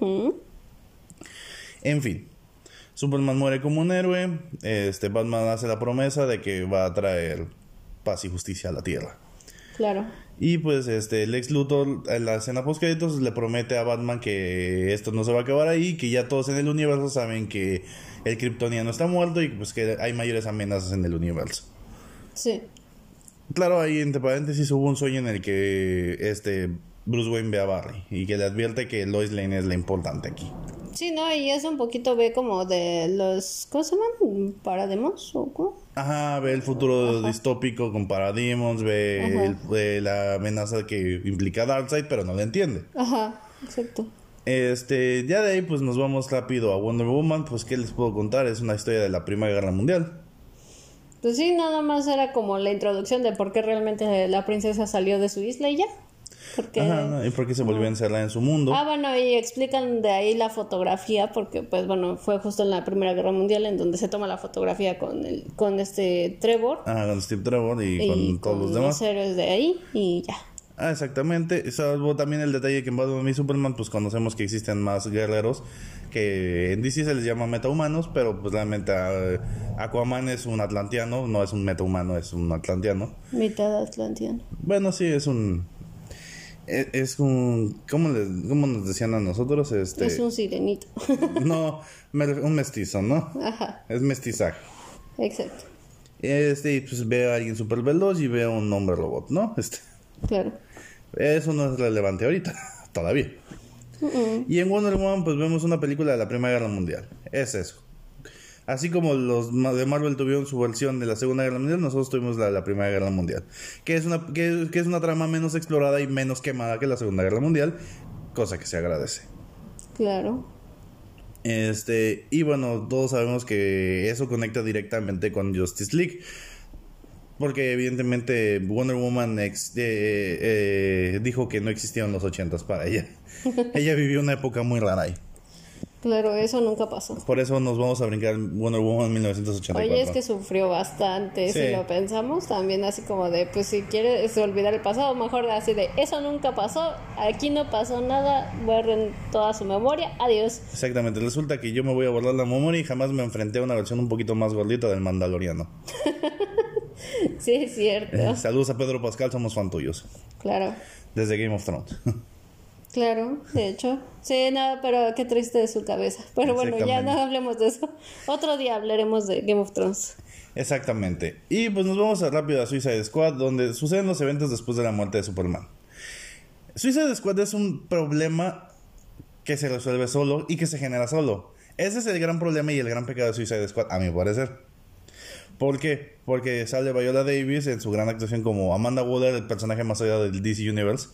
En fin, Superman muere como un héroe. Batman hace la promesa de que va a traer paz y justicia a la Tierra. Claro. Y pues Lex Luthor en la escena post créditos le promete a Batman que esto no se va a acabar ahí, que ya todos en el universo saben que el kryptoniano está muerto y pues que hay mayores amenazas en el universo. Sí. Claro, ahí entre paréntesis hubo un sueño en el que Bruce Wayne ve a Barry y que le advierte que Lois Lane es la importante aquí. Sí, no, y es un poquito ve como de los... ¿Cómo se llaman? ¿Parademons o cómo? Ajá, ve el futuro distópico con Parademons, ve la amenaza que implica Darkseid, pero no la entiende. Ajá, exacto. Ya de ahí pues nos vamos rápido a Wonder Woman. Pues ¿qué les puedo contar? Es una historia de la Primera Guerra Mundial. Pues sí, nada más era como la introducción de por qué realmente la princesa salió de su isla y ya. Porque... y por qué se volvió a encerrar en su mundo. Bueno, y explican de ahí la fotografía, porque pues bueno, fue justo en la Primera Guerra Mundial en donde se toma la fotografía con Trevor. Con Steve Trevor y con todos los demás. Los héroes de ahí y ya. Exactamente. Salvo también el detalle que en Batman y Superman pues conocemos que existen más guerreros, que en DC se les llama metahumanos, pero pues realmente Aquaman es un atlanteano, no es un metahumano, es un atlanteano. Mitad atlanteano. Bueno, sí, es un... ¿Cómo nos decían a nosotros? Es un sirenito. No, un mestizo, ¿no? Ajá. Es mestizaje. Exacto. Y pues ve a alguien súper veloz y ve a un hombre robot, ¿no? Claro. Eso no es relevante ahorita, todavía. Y en Wonder Woman pues vemos una película de la Primera Guerra Mundial. Es eso. Así como los de Marvel tuvieron su versión de la Segunda Guerra Mundial, nosotros tuvimos la Primera Guerra Mundial. Que es una trama menos explorada y menos quemada que la Segunda Guerra Mundial, cosa que se agradece. Claro. Y bueno, todos sabemos que eso conecta directamente con Justice League. Porque evidentemente Wonder Woman dijo que no existieron los 80s para ella. Ella vivió una época muy rara ahí. Claro, eso nunca pasó. Por eso nos vamos a brincar Wonder Woman 1984. Oye, es que sufrió bastante, sí. Si lo pensamos, también así como de, pues si quieres olvidar el pasado, mejor así de, eso nunca pasó, aquí no pasó nada, borren toda su memoria, adiós. Exactamente, resulta que yo me voy a borrar la memoria y jamás me enfrenté a una versión un poquito más gordita del Mandaloriano. Sí, es cierto. Saludos a Pedro Pascal, somos fan tuyos. Claro. Desde Game of Thrones. Claro, de hecho. Sí, nada, pero qué triste de su cabeza. Pero bueno, ya no hablemos de eso. Otro día hablaremos de Game of Thrones. Exactamente. Y pues nos vamos rápido a Suicide Squad, donde suceden los eventos después de la muerte de Superman. Suicide Squad es un problema que se resuelve solo y que se genera solo. Ese es el gran problema y el gran pecado de Suicide Squad, a mi parecer. ¿Por qué? Porque sale Viola Davis en su gran actuación como Amanda Waller, el personaje más odiado del DC Universe.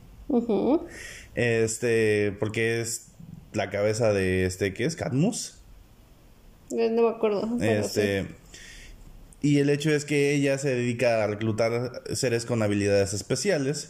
Porque es la cabeza de ¿qué es? ¿Cadmus? No me acuerdo. Sí. Y el hecho es que ella se dedica a reclutar seres con habilidades especiales.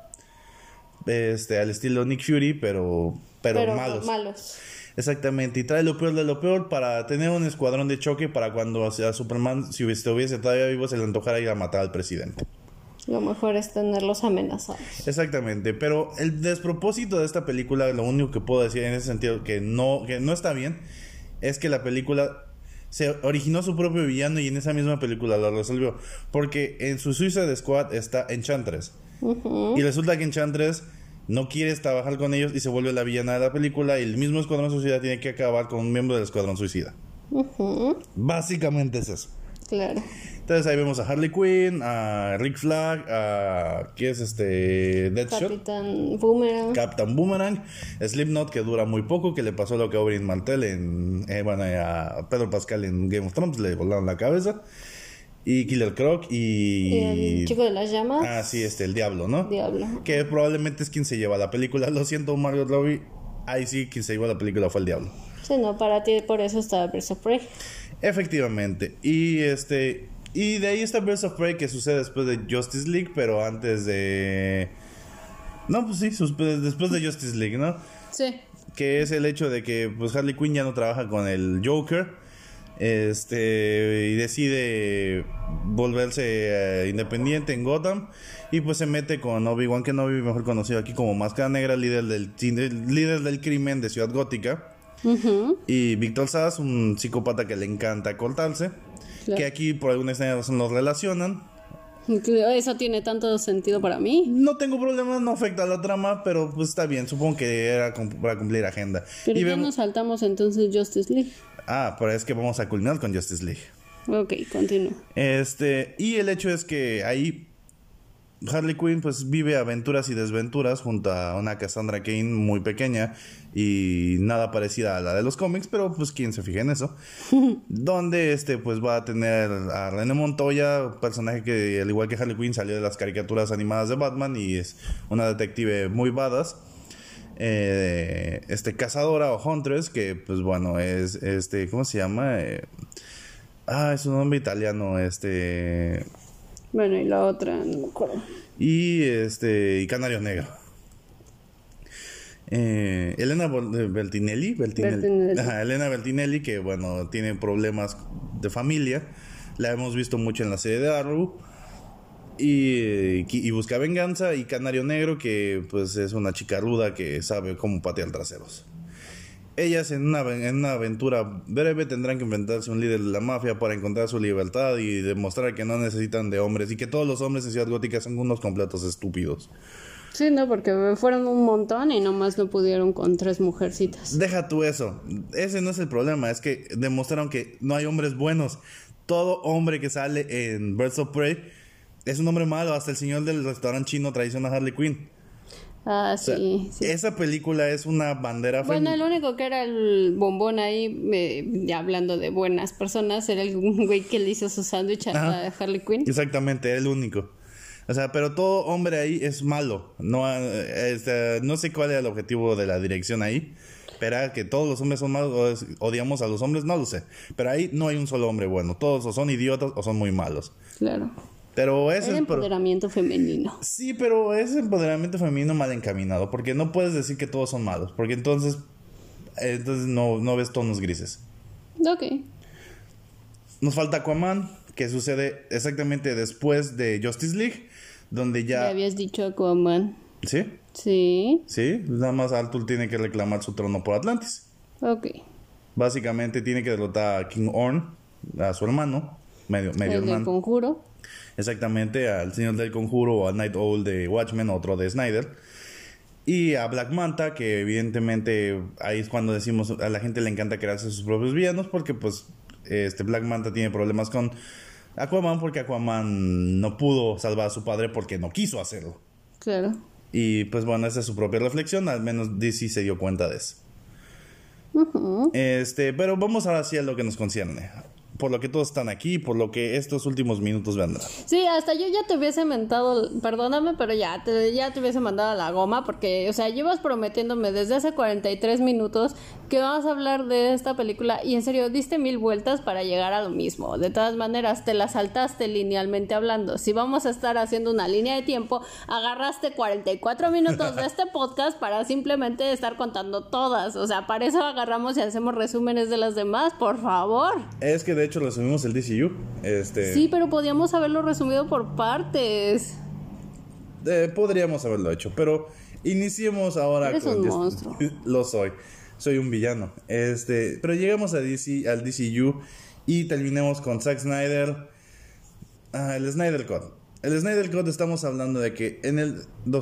Al estilo Nick Fury, pero malos. Exactamente, y trae lo peor de lo peor para tener un escuadrón de choque para cuando a Superman, si estuviese todavía vivo, se le antojara ir a matar al presidente. Lo mejor es tenerlos amenazados. Exactamente, pero el despropósito de esta película, lo único que puedo decir en ese sentido que no está bien, es que la película se originó su propio villano y en esa misma película lo resolvió. Porque en su Suicide Squad está Enchantress. Y resulta que Enchantress no quiere trabajar con ellos y se vuelve la villana de la película, y el mismo Escuadrón Suicida tiene que acabar con un miembro del Escuadrón Suicida. Básicamente es eso. Claro. Entonces ahí vemos a Harley Quinn, a Rick Flag, a ¿qué es Deathshot? Captain Boomerang, Slipknot, que dura muy poco, que le pasó lo que a Oberyn Martell a Pedro Pascal en Game of Thrones, le volaron la cabeza. Y Killer Croc y el chico de las llamas. Ah, sí, el Diablo, ¿no? Diablo. Que probablemente es quien se lleva la película. Lo siento, Margot Robbie. Ahí sí, quien se llevó la película fue el Diablo. Sí, no, para ti por eso está Birds of Prey. Efectivamente. Y de ahí está Birds of Prey, que sucede después de Justice League, pero antes de... No, pues sí, después de Justice League, ¿no? Sí. Que es el hecho de que pues Harley Quinn ya no trabaja con el Joker. Y decide volverse independiente en Gotham, y pues se mete con Obi-Wan Kenobi, mejor conocido aquí como Máscara Negra, líder del crimen de Ciudad Gótica. Y Victor Sass, un psicópata que le encanta cortarse, claro. Que aquí por alguna extraña razón los relacionan. Eso tiene tanto sentido para mí. No tengo problema, no afecta a la trama, pero pues está bien, supongo que era para cumplir agenda. Pero ya nos saltamos entonces Justice League. Pero es que vamos a culminar con Justice League. Ok, continúa. Y el hecho es que ahí Harley Quinn pues vive aventuras y desventuras junto a una Cassandra Cain muy pequeña y nada parecida a la de los cómics, pero pues quién se fija en eso. Donde pues va a tener a René Montoya, personaje que al igual que Harley Quinn salió de las caricaturas animadas de Batman y es una detective muy badass. Cazadora o Huntress, que pues bueno es ¿cómo se llama? Es un nombre italiano, bueno, y la otra no me acuerdo. Y Canario Negro. Elena Bertinelli. Ajá, Elena Bertinelli, que bueno, tiene problemas de familia. La hemos visto mucho en la serie de Arrow. Y busca venganza. Y Canario Negro, que pues es una chica ruda que sabe cómo patear traseros. Ellas en una aventura breve tendrán que enfrentarse a un líder de la mafia para encontrar su libertad y demostrar que no necesitan de hombres y que todos los hombres en Ciudad Gótica son unos completos estúpidos. Sí, no, porque fueron un montón y nomás no pudieron con 3 mujercitas. Deja tú eso, ese no es el problema, es que demostraron que no hay hombres buenos. Todo hombre que sale en Birds of Prey es un hombre malo, hasta el señor del restaurante chino traiciona a Harley Quinn. Ah, sí, o sea, sí. Esa película es una bandera. Bueno, el único que era el bombón ahí, ya hablando de buenas personas, era el güey que le hizo su sándwich a Harley Quinn. Exactamente, era el único. O sea, pero todo hombre ahí es malo. No sé cuál era el objetivo de la dirección ahí. Pero que todos los hombres son malos, odiamos a los hombres, no lo sé. Pero ahí no hay un solo hombre bueno. Todos o son idiotas o son muy malos. Claro. Pero ese es empoderamiento femenino. Sí, pero es empoderamiento femenino mal encaminado, porque no puedes decir que todos son malos, porque entonces no ves tonos grises. Ok. Nos falta Aquaman, que sucede exactamente después de Justice League, donde ya habías dicho Aquaman. ¿Sí? Sí. Sí, nada más Arthur tiene que reclamar su trono por Atlantis. Ok. Básicamente tiene que derrotar a King Orn, a su hermano, medio hermano. El del Conjuro. Exactamente, al Señor del Conjuro o al Night Owl de Watchmen, otro de Snyder. Y a Black Manta, que evidentemente ahí es cuando decimos a la gente le encanta crearse sus propios villanos, porque pues Black Manta tiene problemas con Aquaman, porque Aquaman no pudo salvar a su padre porque no quiso hacerlo. Claro. Y pues bueno, esa es su propia reflexión, al menos DC se dio cuenta de eso. Pero vamos ahora sí a lo que nos concierne. Por lo que todos están aquí, por lo que estos últimos minutos vendrán. Sí, hasta yo ya te hubiese mentado, perdóname, pero ya te hubiese mandado a la goma, porque, o sea, llevas prometiéndome desde hace 43 minutos que vamos a hablar de esta película y en serio, diste 1000 vueltas para llegar a lo mismo. De todas maneras, te la saltaste linealmente hablando. Si vamos a estar haciendo una línea de tiempo, agarraste 44 minutos de este podcast para simplemente estar contando todas. O sea, para eso agarramos y hacemos resúmenes de las demás, por favor. Es que de hecho resumimos el DCU. Sí, pero podíamos haberlo resumido por partes. Podríamos haberlo hecho, pero iniciemos ahora. Eres un monstruo. Lo soy un villano. Pero llegamos al DCU y terminemos con Zack Snyder. El Snyder Cut. el Snyder Cut estamos hablando de que en el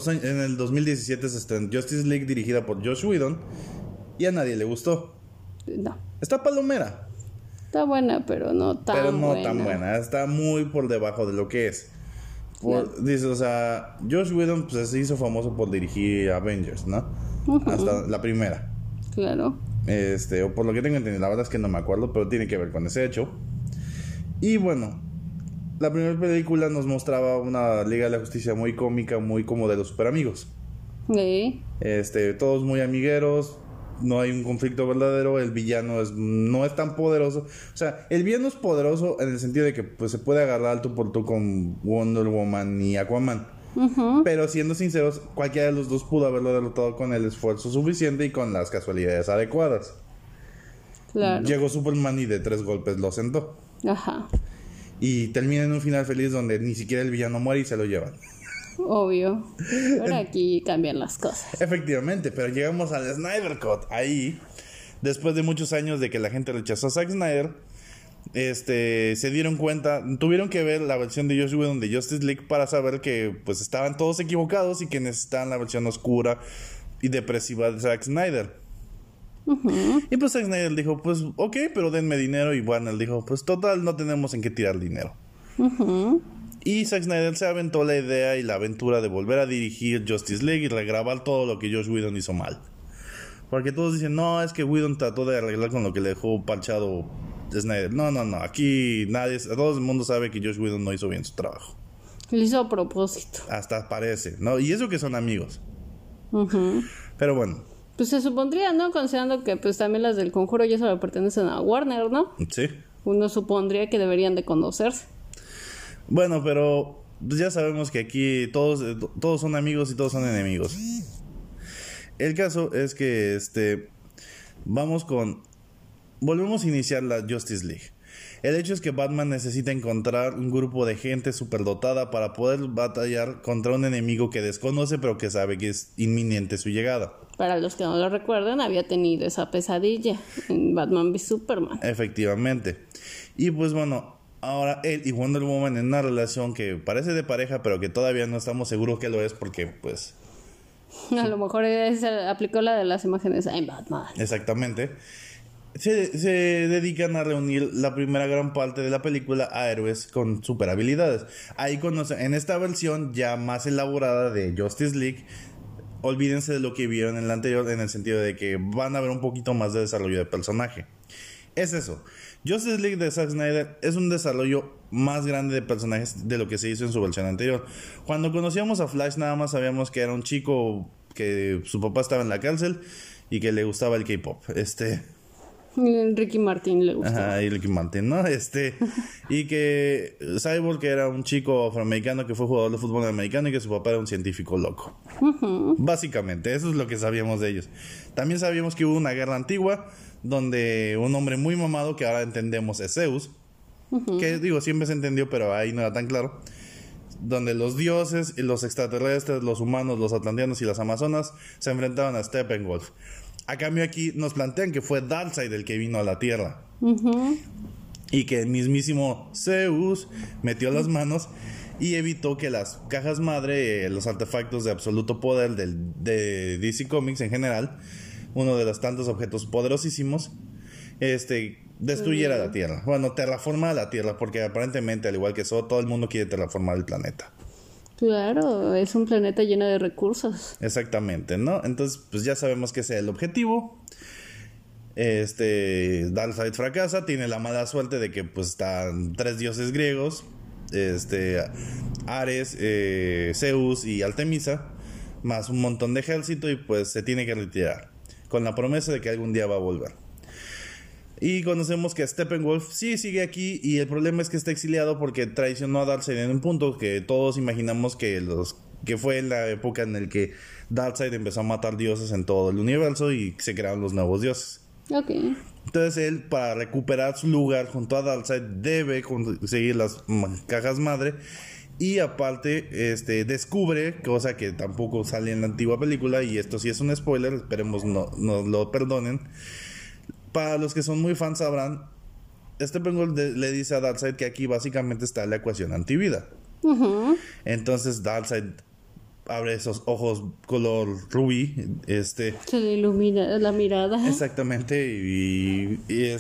2017 se estrenó Justice League dirigida por Joss Whedon y a nadie le gustó. No. Está palomera. Está buena, pero no tan buena. Está muy por debajo de lo que es. Dice, o sea, Joss Whedon pues, se hizo famoso por dirigir Avengers, ¿no? Hasta la primera. Claro. O por lo que tengo entendido, la verdad es que no me acuerdo, pero tiene que ver con ese hecho. Y bueno, la primera película nos mostraba una Liga de la Justicia muy cómica, muy como de los super amigos. Sí. Todos muy amigueros, no hay un conflicto verdadero, el villano no es tan poderoso. O sea, el villano es poderoso en el sentido de que pues, se puede agarrar al tú por tú con Wonder Woman y Aquaman. Pero siendo sinceros, cualquiera de los dos pudo haberlo derrotado con el esfuerzo suficiente y con las casualidades adecuadas. Claro. Llegó Superman y de 3 golpes lo sentó. Ajá. Y termina en un final feliz donde ni siquiera el villano muere y se lo llevan. Obvio. Pero aquí cambian las cosas. Efectivamente, pero llegamos al Snyder Cut. Ahí, después de muchos años de que la gente rechazó a Zack Snyder, se dieron cuenta, tuvieron que ver la versión de Joss Whedon de Justice League para saber que pues estaban todos equivocados y que necesitaban la versión oscura y depresiva de Zack Snyder. Y pues Zack Snyder dijo, pues ok, pero denme dinero. Y Warner dijo, pues total, no tenemos en qué tirar dinero. Y Zack Snyder se aventó la idea y la aventura de volver a dirigir Justice League y regrabar todo lo que Joss Whedon hizo mal. Porque todos dicen, no, es que Whedon trató de arreglar con lo que le dejó parchado Snyder. No, aquí todo el mundo sabe que Joss Whedon no hizo bien su trabajo. Lo hizo a propósito. Hasta parece, ¿no? Y eso que son amigos. Pero bueno. Pues se supondría, ¿no? Considerando que pues también las del Conjuro ya solo pertenecen a Warner, ¿no? Sí. Uno supondría que deberían de conocerse. Bueno, pero pues ya sabemos que aquí todos son amigos y todos son enemigos. El caso es que volvemos a iniciar la Justice League. El hecho es que Batman necesita encontrar un grupo de gente superdotada para poder batallar contra un enemigo que desconoce pero que sabe que es inminente su llegada. Para los que no lo recuerdan, había tenido esa pesadilla en Batman v Superman. Efectivamente. Y pues bueno, ahora él y Wonder Woman en una relación que parece de pareja pero que todavía no estamos seguros que lo es porque pues... A lo mejor aplicó la de las imágenes en Batman. Exactamente. Se dedican a reunir la primera gran parte de la película a héroes con super habilidades. Ahí en esta versión ya más elaborada de Justice League, olvídense de lo que vieron en la anterior, en el sentido de que van a ver un poquito más de desarrollo de personaje. Es eso. Justice League de Zack Snyder es un desarrollo más grande de personajes de lo que se hizo en su versión anterior. Cuando conocíamos a Flash nada más sabíamos que era un chico que su papá estaba en la cárcel y que le gustaba el K-pop. Ricky Martin le gustaba. Ajá, y Ricky Martin, ¿no? Y que Cyborg que era un chico afroamericano que fue jugador de fútbol americano y que su papá era un científico loco. Básicamente, eso es lo que sabíamos de ellos. También sabíamos que hubo una guerra antigua donde un hombre muy mamado, que ahora entendemos es Zeus, que digo, siempre se entendió, pero ahí no era tan claro, donde los dioses y los extraterrestres, los humanos, los atlanteanos y las amazonas se enfrentaban a Steppenwolf. A cambio aquí nos plantean que fue Darkseid el que vino a la Tierra. Y que el mismísimo Zeus metió las manos y evitó que las cajas madre, los artefactos de absoluto poder de DC Comics en general, uno de los tantos objetos poderosísimos, destruyera la Tierra. Bueno, terraformara la Tierra, porque aparentemente, al igual que eso, todo el mundo quiere terraformar el planeta. Claro, es un planeta lleno de recursos. Exactamente, ¿no? Entonces, pues ya sabemos que ese es el objetivo. Darkseid fracasa, tiene la mala suerte de que pues están 3 dioses griegos, Ares, Zeus y Artemisa, más un montón de ejército, y pues se tiene que retirar, con la promesa de que algún día va a volver. Y conocemos que Steppenwolf sí sigue aquí, y el problema es que está exiliado porque traicionó a Darkseid en un punto que todos imaginamos que fue en la época en la que Darkseid empezó a matar dioses en todo el universo y se crearon los nuevos dioses. Okay. Entonces él, para recuperar su lugar junto a Darkseid, debe conseguir las cajas madre. Y aparte, descubre, cosa que tampoco sale en la antigua película, y esto sí es un spoiler, esperemos no lo perdonen. Para los que son muy fans sabrán, Steppenwolf le dice a Darkseid que aquí básicamente está la ecuación antivida. Entonces Darkseid abre esos ojos color rubí, se le ilumina la mirada. Exactamente, y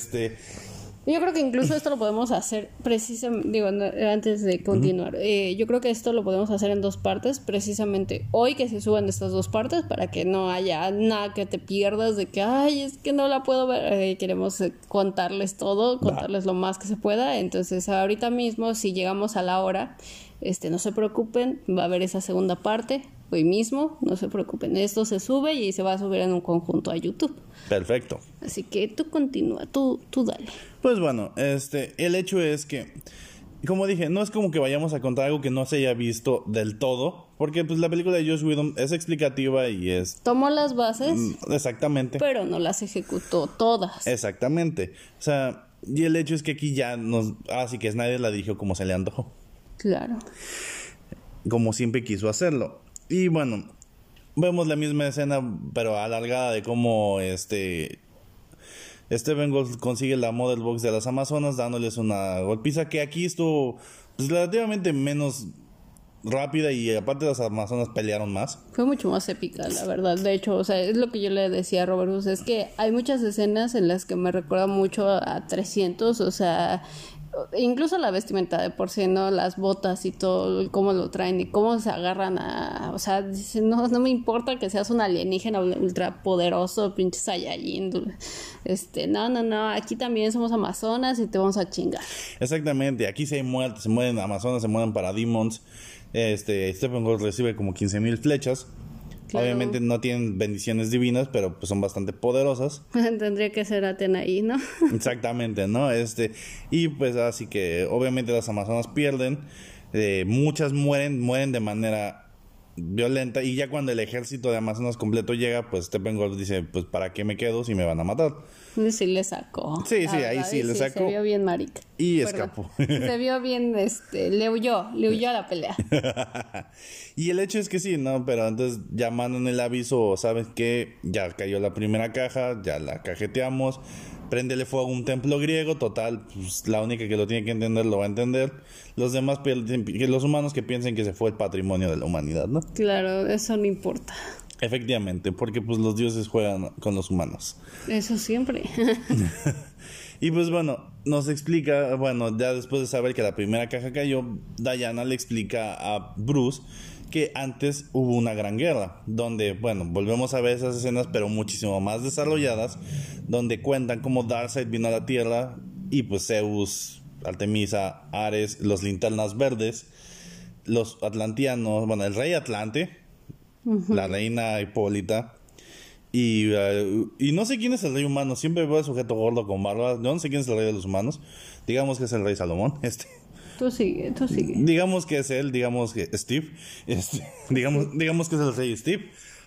yo creo que incluso esto lo podemos hacer precisamente, antes de continuar, yo creo que esto lo podemos hacer en 2 partes, precisamente hoy que se suban estas 2 partes para que no haya nada que te pierdas de que, ay, es que no la puedo ver, queremos contarles todo, contarles lo más que se pueda, entonces ahorita mismo si llegamos a la hora, no se preocupen, va a haber esa segunda parte hoy mismo, no se preocupen, esto se sube y se va a subir en un conjunto a YouTube. Perfecto. Así que tú continúa, tú dale. Pues bueno, el hecho es que, como dije, no es como que vayamos a contar algo que no se haya visto del todo, porque pues la película de Joss Whedon es explicativa y es... Tomó las bases. Exactamente. Pero no las ejecutó todas. Exactamente. O sea, y el hecho es que aquí ya así que Snyder la dirigió como se le antojó. Claro. Como siempre quiso hacerlo. Y bueno, vemos la misma escena, pero alargada de cómo Stephen Gold consigue la Model Box de las Amazonas dándoles una golpiza que aquí estuvo pues, relativamente menos rápida y aparte las Amazonas pelearon más. Fue mucho más épica, la verdad. De hecho, o sea, es lo que yo le decía a Robert, es que hay muchas escenas en las que me recuerda mucho a 300, o sea... Incluso la vestimenta de por sí, ¿no? Las botas y todo, cómo lo traen y cómo se agarran o sea, dicen, no me importa que seas un alienígena ultra poderoso, pinche Saiyajin. No, aquí también somos amazonas y te vamos a chingar. Exactamente, aquí sí hay muertes, se mueren amazonas, se mueren parademons. Stephen Gold recibe como 15,000 flechas. Claro. Obviamente no tienen bendiciones divinas, pero pues son bastante poderosas. Tendría que ser Atena ahí, ¿no? Exactamente, ¿no? Y pues así que obviamente las amazonas pierden, muchas mueren de manera violenta y ya cuando el ejército de amazonas completo llega, pues Stephen Gold dice, pues ¿para qué me quedo si me van a matar? Sí le sacó. Sí, ahí sí le sacó. Se vio bien marica. Y escapó. Se vio bien, le huyó a la pelea. Y el hecho es que sí, ¿no? Pero entonces ya mandan el aviso, ¿sabes qué? Ya cayó la primera caja, ya la cajeteamos, préndele fuego a un templo griego, total, pues la única que lo tiene que entender lo va a entender. Los demás, los humanos que piensen que se fue el patrimonio de la humanidad, ¿no? Claro, eso no importa. Efectivamente, porque pues los dioses juegan con los humanos. Eso siempre. Y pues bueno, nos explica, bueno, ya después de saber que la primera caja cayó, Diana le explica a Bruce que antes hubo una gran guerra, donde, bueno, volvemos a ver esas escenas, pero muchísimo más desarrolladas, donde cuentan cómo Darkseid vino a la Tierra y pues Zeus, Artemisa, Ares, los Linternas Verdes, los atlantianos, bueno, el rey Atlante, la reina Hipólita, y no sé quién es el rey humano, siempre veo al sujeto gordo con barba, no sé quién es el rey de los humanos, digamos que es el rey Salomón, Tú sigue. Digamos que es él, digamos que Steve, digamos que es el rey Steve,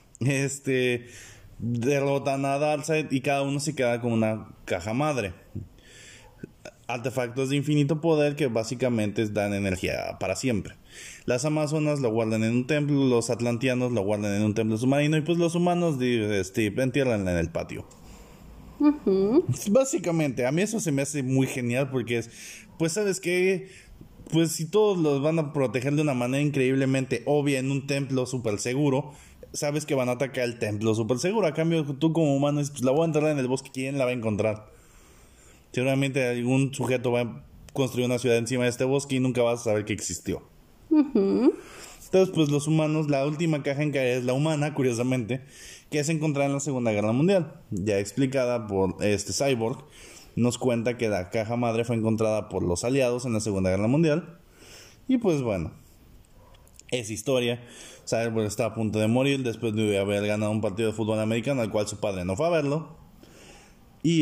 derrotan a Darkseid y cada uno se queda con una caja madre. Artefactos de infinito poder que básicamente dan energía para siempre. Las amazonas lo guardan en un templo, los atlantianos lo guardan en un templo submarino y pues los humanos de Steve entierran en el patio. Básicamente, a mí eso se me hace muy genial porque es, pues sabes qué, pues si todos los van a proteger de una manera increíblemente obvia en un templo súper seguro, sabes que van a atacar el templo súper seguro. A cambio, tú como humano dices, pues la voy a enterrar en el bosque, ¿quién la va a encontrar? Seguramente algún sujeto va a construir una ciudad encima de este bosque y nunca vas a saber que existió. Entonces, pues los humanos, la última caja en caer es la humana, curiosamente, que es encontrada en la Segunda Guerra Mundial. Ya explicada por Cyborg, nos cuenta que la caja madre fue encontrada por los aliados en la Segunda Guerra Mundial. Y pues bueno, es historia. Cyborg está a punto de morir después de haber ganado un partido de fútbol americano al cual su padre no fue a verlo. Y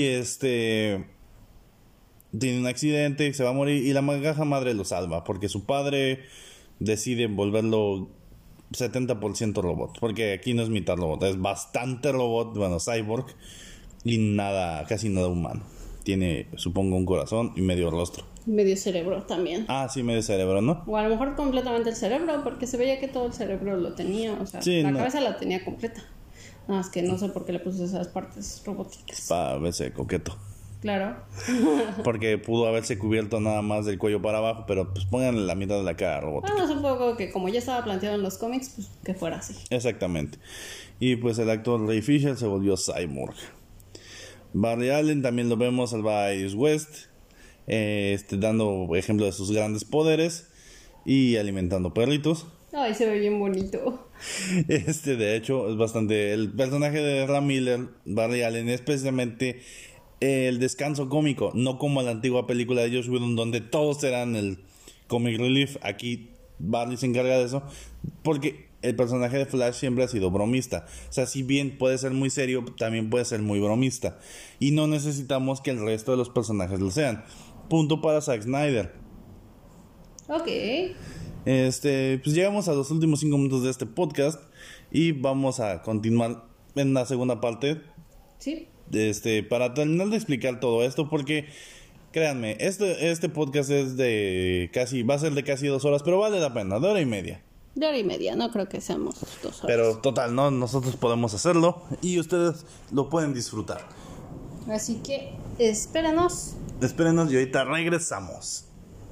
tiene un accidente, se va a morir y la caja madre lo salva porque su padre decide volverlo 70% robot, porque aquí no es mitad robot, es bastante robot, bueno, cyborg, y casi nada humano. Tiene, supongo, un corazón y medio rostro. Medio cerebro también. Ah, sí, medio cerebro, ¿no? O a lo mejor completamente el cerebro, porque se veía que todo el cerebro lo tenía, o sea, sí, cabeza la tenía completa. Nada más que no sé por qué le puse esas partes robóticas. Para verse coqueto. Claro. Porque pudo haberse cubierto nada más del cuello para abajo, pero pues pónganle la mitad de la cara robótica. Bueno, es un poco que como ya estaba planteado en los cómics, pues que fuera así. Exactamente. Y pues el actor Ray Fisher se volvió Cyborg. Barry Allen también lo vemos salvar a Iris West, dando ejemplo de sus grandes poderes y alimentando perritos. Ay, se ve bien bonito. De hecho, es bastante... El personaje de Ezra Miller, Barry Allen, es precisamente el descanso cómico, no como la antigua película de Joss Whedon, donde todos eran el comic relief. Aquí Barry se encarga de eso, porque el personaje de Flash siempre ha sido bromista. O sea, si bien puede ser muy serio, también puede ser muy bromista. Y no necesitamos que el resto de los personajes lo sean. Punto para Zack Snyder. Ok. Pues llegamos a los últimos 5 minutos de este podcast y vamos a continuar en la segunda parte. Sí. Para terminar de explicar todo esto, porque créanme, este podcast es va a ser de casi 2 horas, pero vale la pena, de hora y media. De hora y media, no creo que seamos 2 horas. Pero total, no, nosotros podemos hacerlo y ustedes lo pueden disfrutar. Así que espérenos y ahorita regresamos.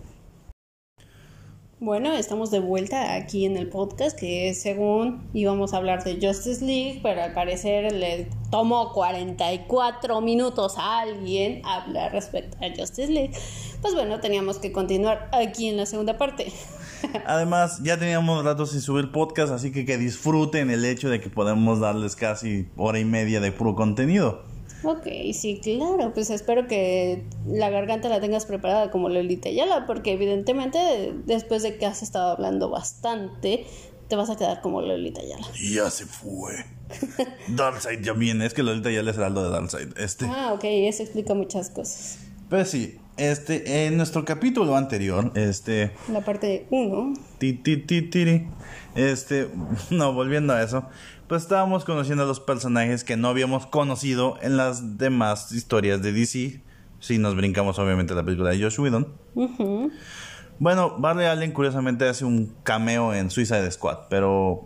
Bueno, estamos de vuelta aquí en el podcast, que según íbamos a hablar de Justice League, pero al parecer le tomó 44 minutos a alguien hablar respecto a Justice League. Pues bueno, teníamos que continuar aquí en la segunda parte. Además, ya teníamos rato sin subir podcast, así que disfruten el hecho de que podemos darles casi hora y media de puro contenido. Ok, sí, claro, pues espero que la garganta la tengas preparada como Lolita Ayala, porque evidentemente después de que has estado hablando bastante, te vas a quedar como Lolita Ayala. Y ya se fue. Darkseid ya viene, es que Lolita Ayala es el Aldo de Darkseid. Ah, ok, eso explica muchas cosas. Pues sí, en nuestro capítulo anterior, la parte 1. No, volviendo a eso, pues estábamos conociendo a los personajes que no habíamos conocido en las demás historias de DC. Si nos brincamos obviamente la película de Joss Whedon. Uh-huh. Bueno, Barry Allen curiosamente hace un cameo en Suicide Squad, pero...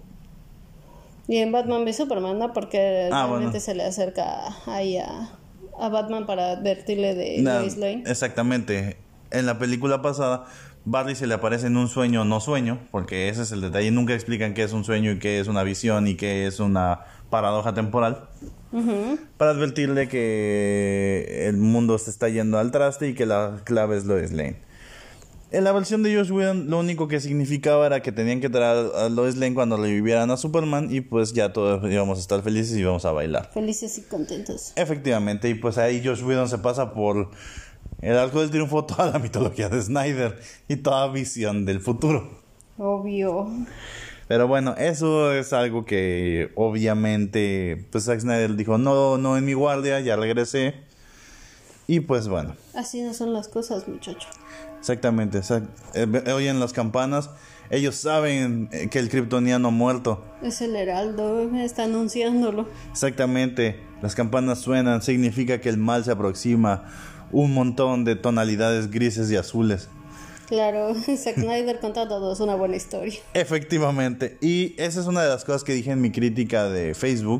Y en Batman v Superman, ¿no? Porque realmente se le acerca ahí a Batman para advertirle de Lois Lane. Exactamente. En la película pasada, Barry se le aparece en un sueño no sueño, porque ese es el detalle. Nunca explican qué es un sueño y qué es una visión y qué es una paradoja temporal. Uh-huh. Para advertirle que el mundo se está yendo al traste y que la clave es Lois Lane. En la versión de Joss Whedon, lo único que significaba era que tenían que traer a Lois Lane cuando revivieran a Superman y pues ya todos íbamos a estar felices y íbamos a bailar. Felices y contentos. Efectivamente, y pues ahí Joss Whedon se pasa por el arco del triunfo toda la mitología de Snyder y toda visión del futuro. Obvio. Pero bueno, eso es algo que obviamente pues Zack Snyder dijo, no en mi guardia, ya regresé. Y pues bueno. Así no son las cosas, muchacho. Exactamente, oyen las campanas, ellos saben que el kryptoniano ha muerto. Es el heraldo, está anunciándolo. Exactamente, las campanas suenan, significa que el mal se aproxima, un montón de tonalidades grises y azules. Claro, Zack Snyder contó todo, es una buena historia. Efectivamente, y esa es una de las cosas que dije en mi crítica de Facebook.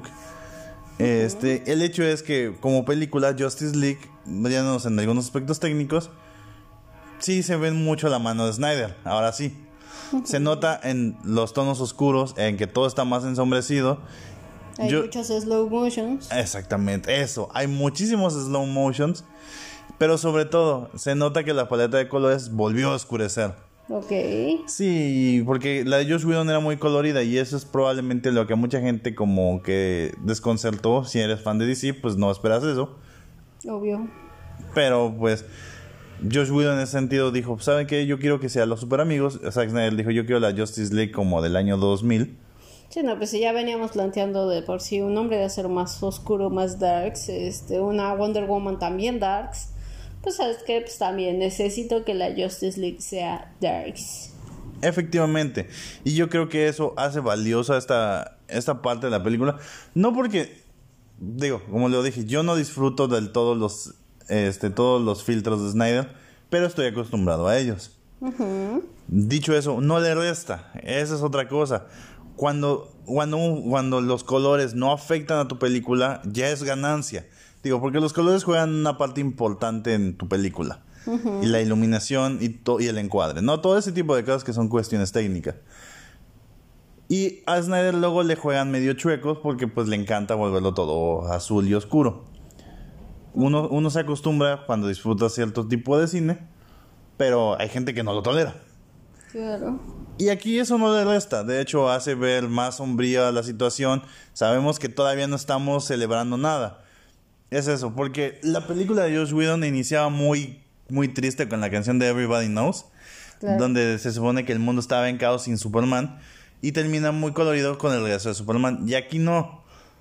El hecho es que como película Justice League, yéndonos en algunos aspectos técnicos, sí se ven mucho la mano de Snyder, ahora sí. Se nota en los tonos oscuros, en que todo está más ensombrecido. Hay muchos slow motions. Exactamente, eso. Hay muchísimos slow motions. Pero sobre todo, se nota que la paleta de colores volvió a oscurecer. Ok. Sí, porque la de Joss Whedon era muy colorida y eso es probablemente lo que a mucha gente como que desconcertó. Si eres fan de DC, pues no esperas eso. Obvio. Pero pues Joss Whedon en ese sentido dijo, ¿saben qué? Yo quiero que sean los super amigos. Zack Snyder dijo, yo quiero la Justice League como del año 2000. Sí, no, pues si ya veníamos planteando de por sí un hombre de acero más oscuro, más darks, una Wonder Woman también darks, pues sabes que pues también necesito que la Justice League sea darks. Efectivamente, y yo creo que eso hace valiosa esta parte de la película, no porque, digo, como lo dije, yo no disfruto del todo todos los filtros de Snyder, pero estoy acostumbrado a ellos. Uh-huh. Dicho eso, no le resta, esa es otra cosa. Cuando los colores no afectan a tu película, ya es ganancia. Digo, porque los colores juegan una parte importante en tu película. Y la iluminación y el encuadre, ¿no? Todo ese tipo de cosas que son cuestiones técnicas. Y a Snyder luego le juegan medio chuecos porque pues le encanta volverlo todo azul y oscuro. Uno se acostumbra cuando disfruta cierto tipo de cine, pero hay gente que no lo tolera. Claro. Y aquí eso no le resta. De hecho, hace ver más sombría la situación. Sabemos que todavía no estamos celebrando nada. Es eso, porque la película de Joss Whedon iniciaba muy triste con la canción de Everybody Knows, claro, donde se supone que el mundo estaba en caos sin Superman, y termina muy colorido con el regreso de Superman. Y aquí no.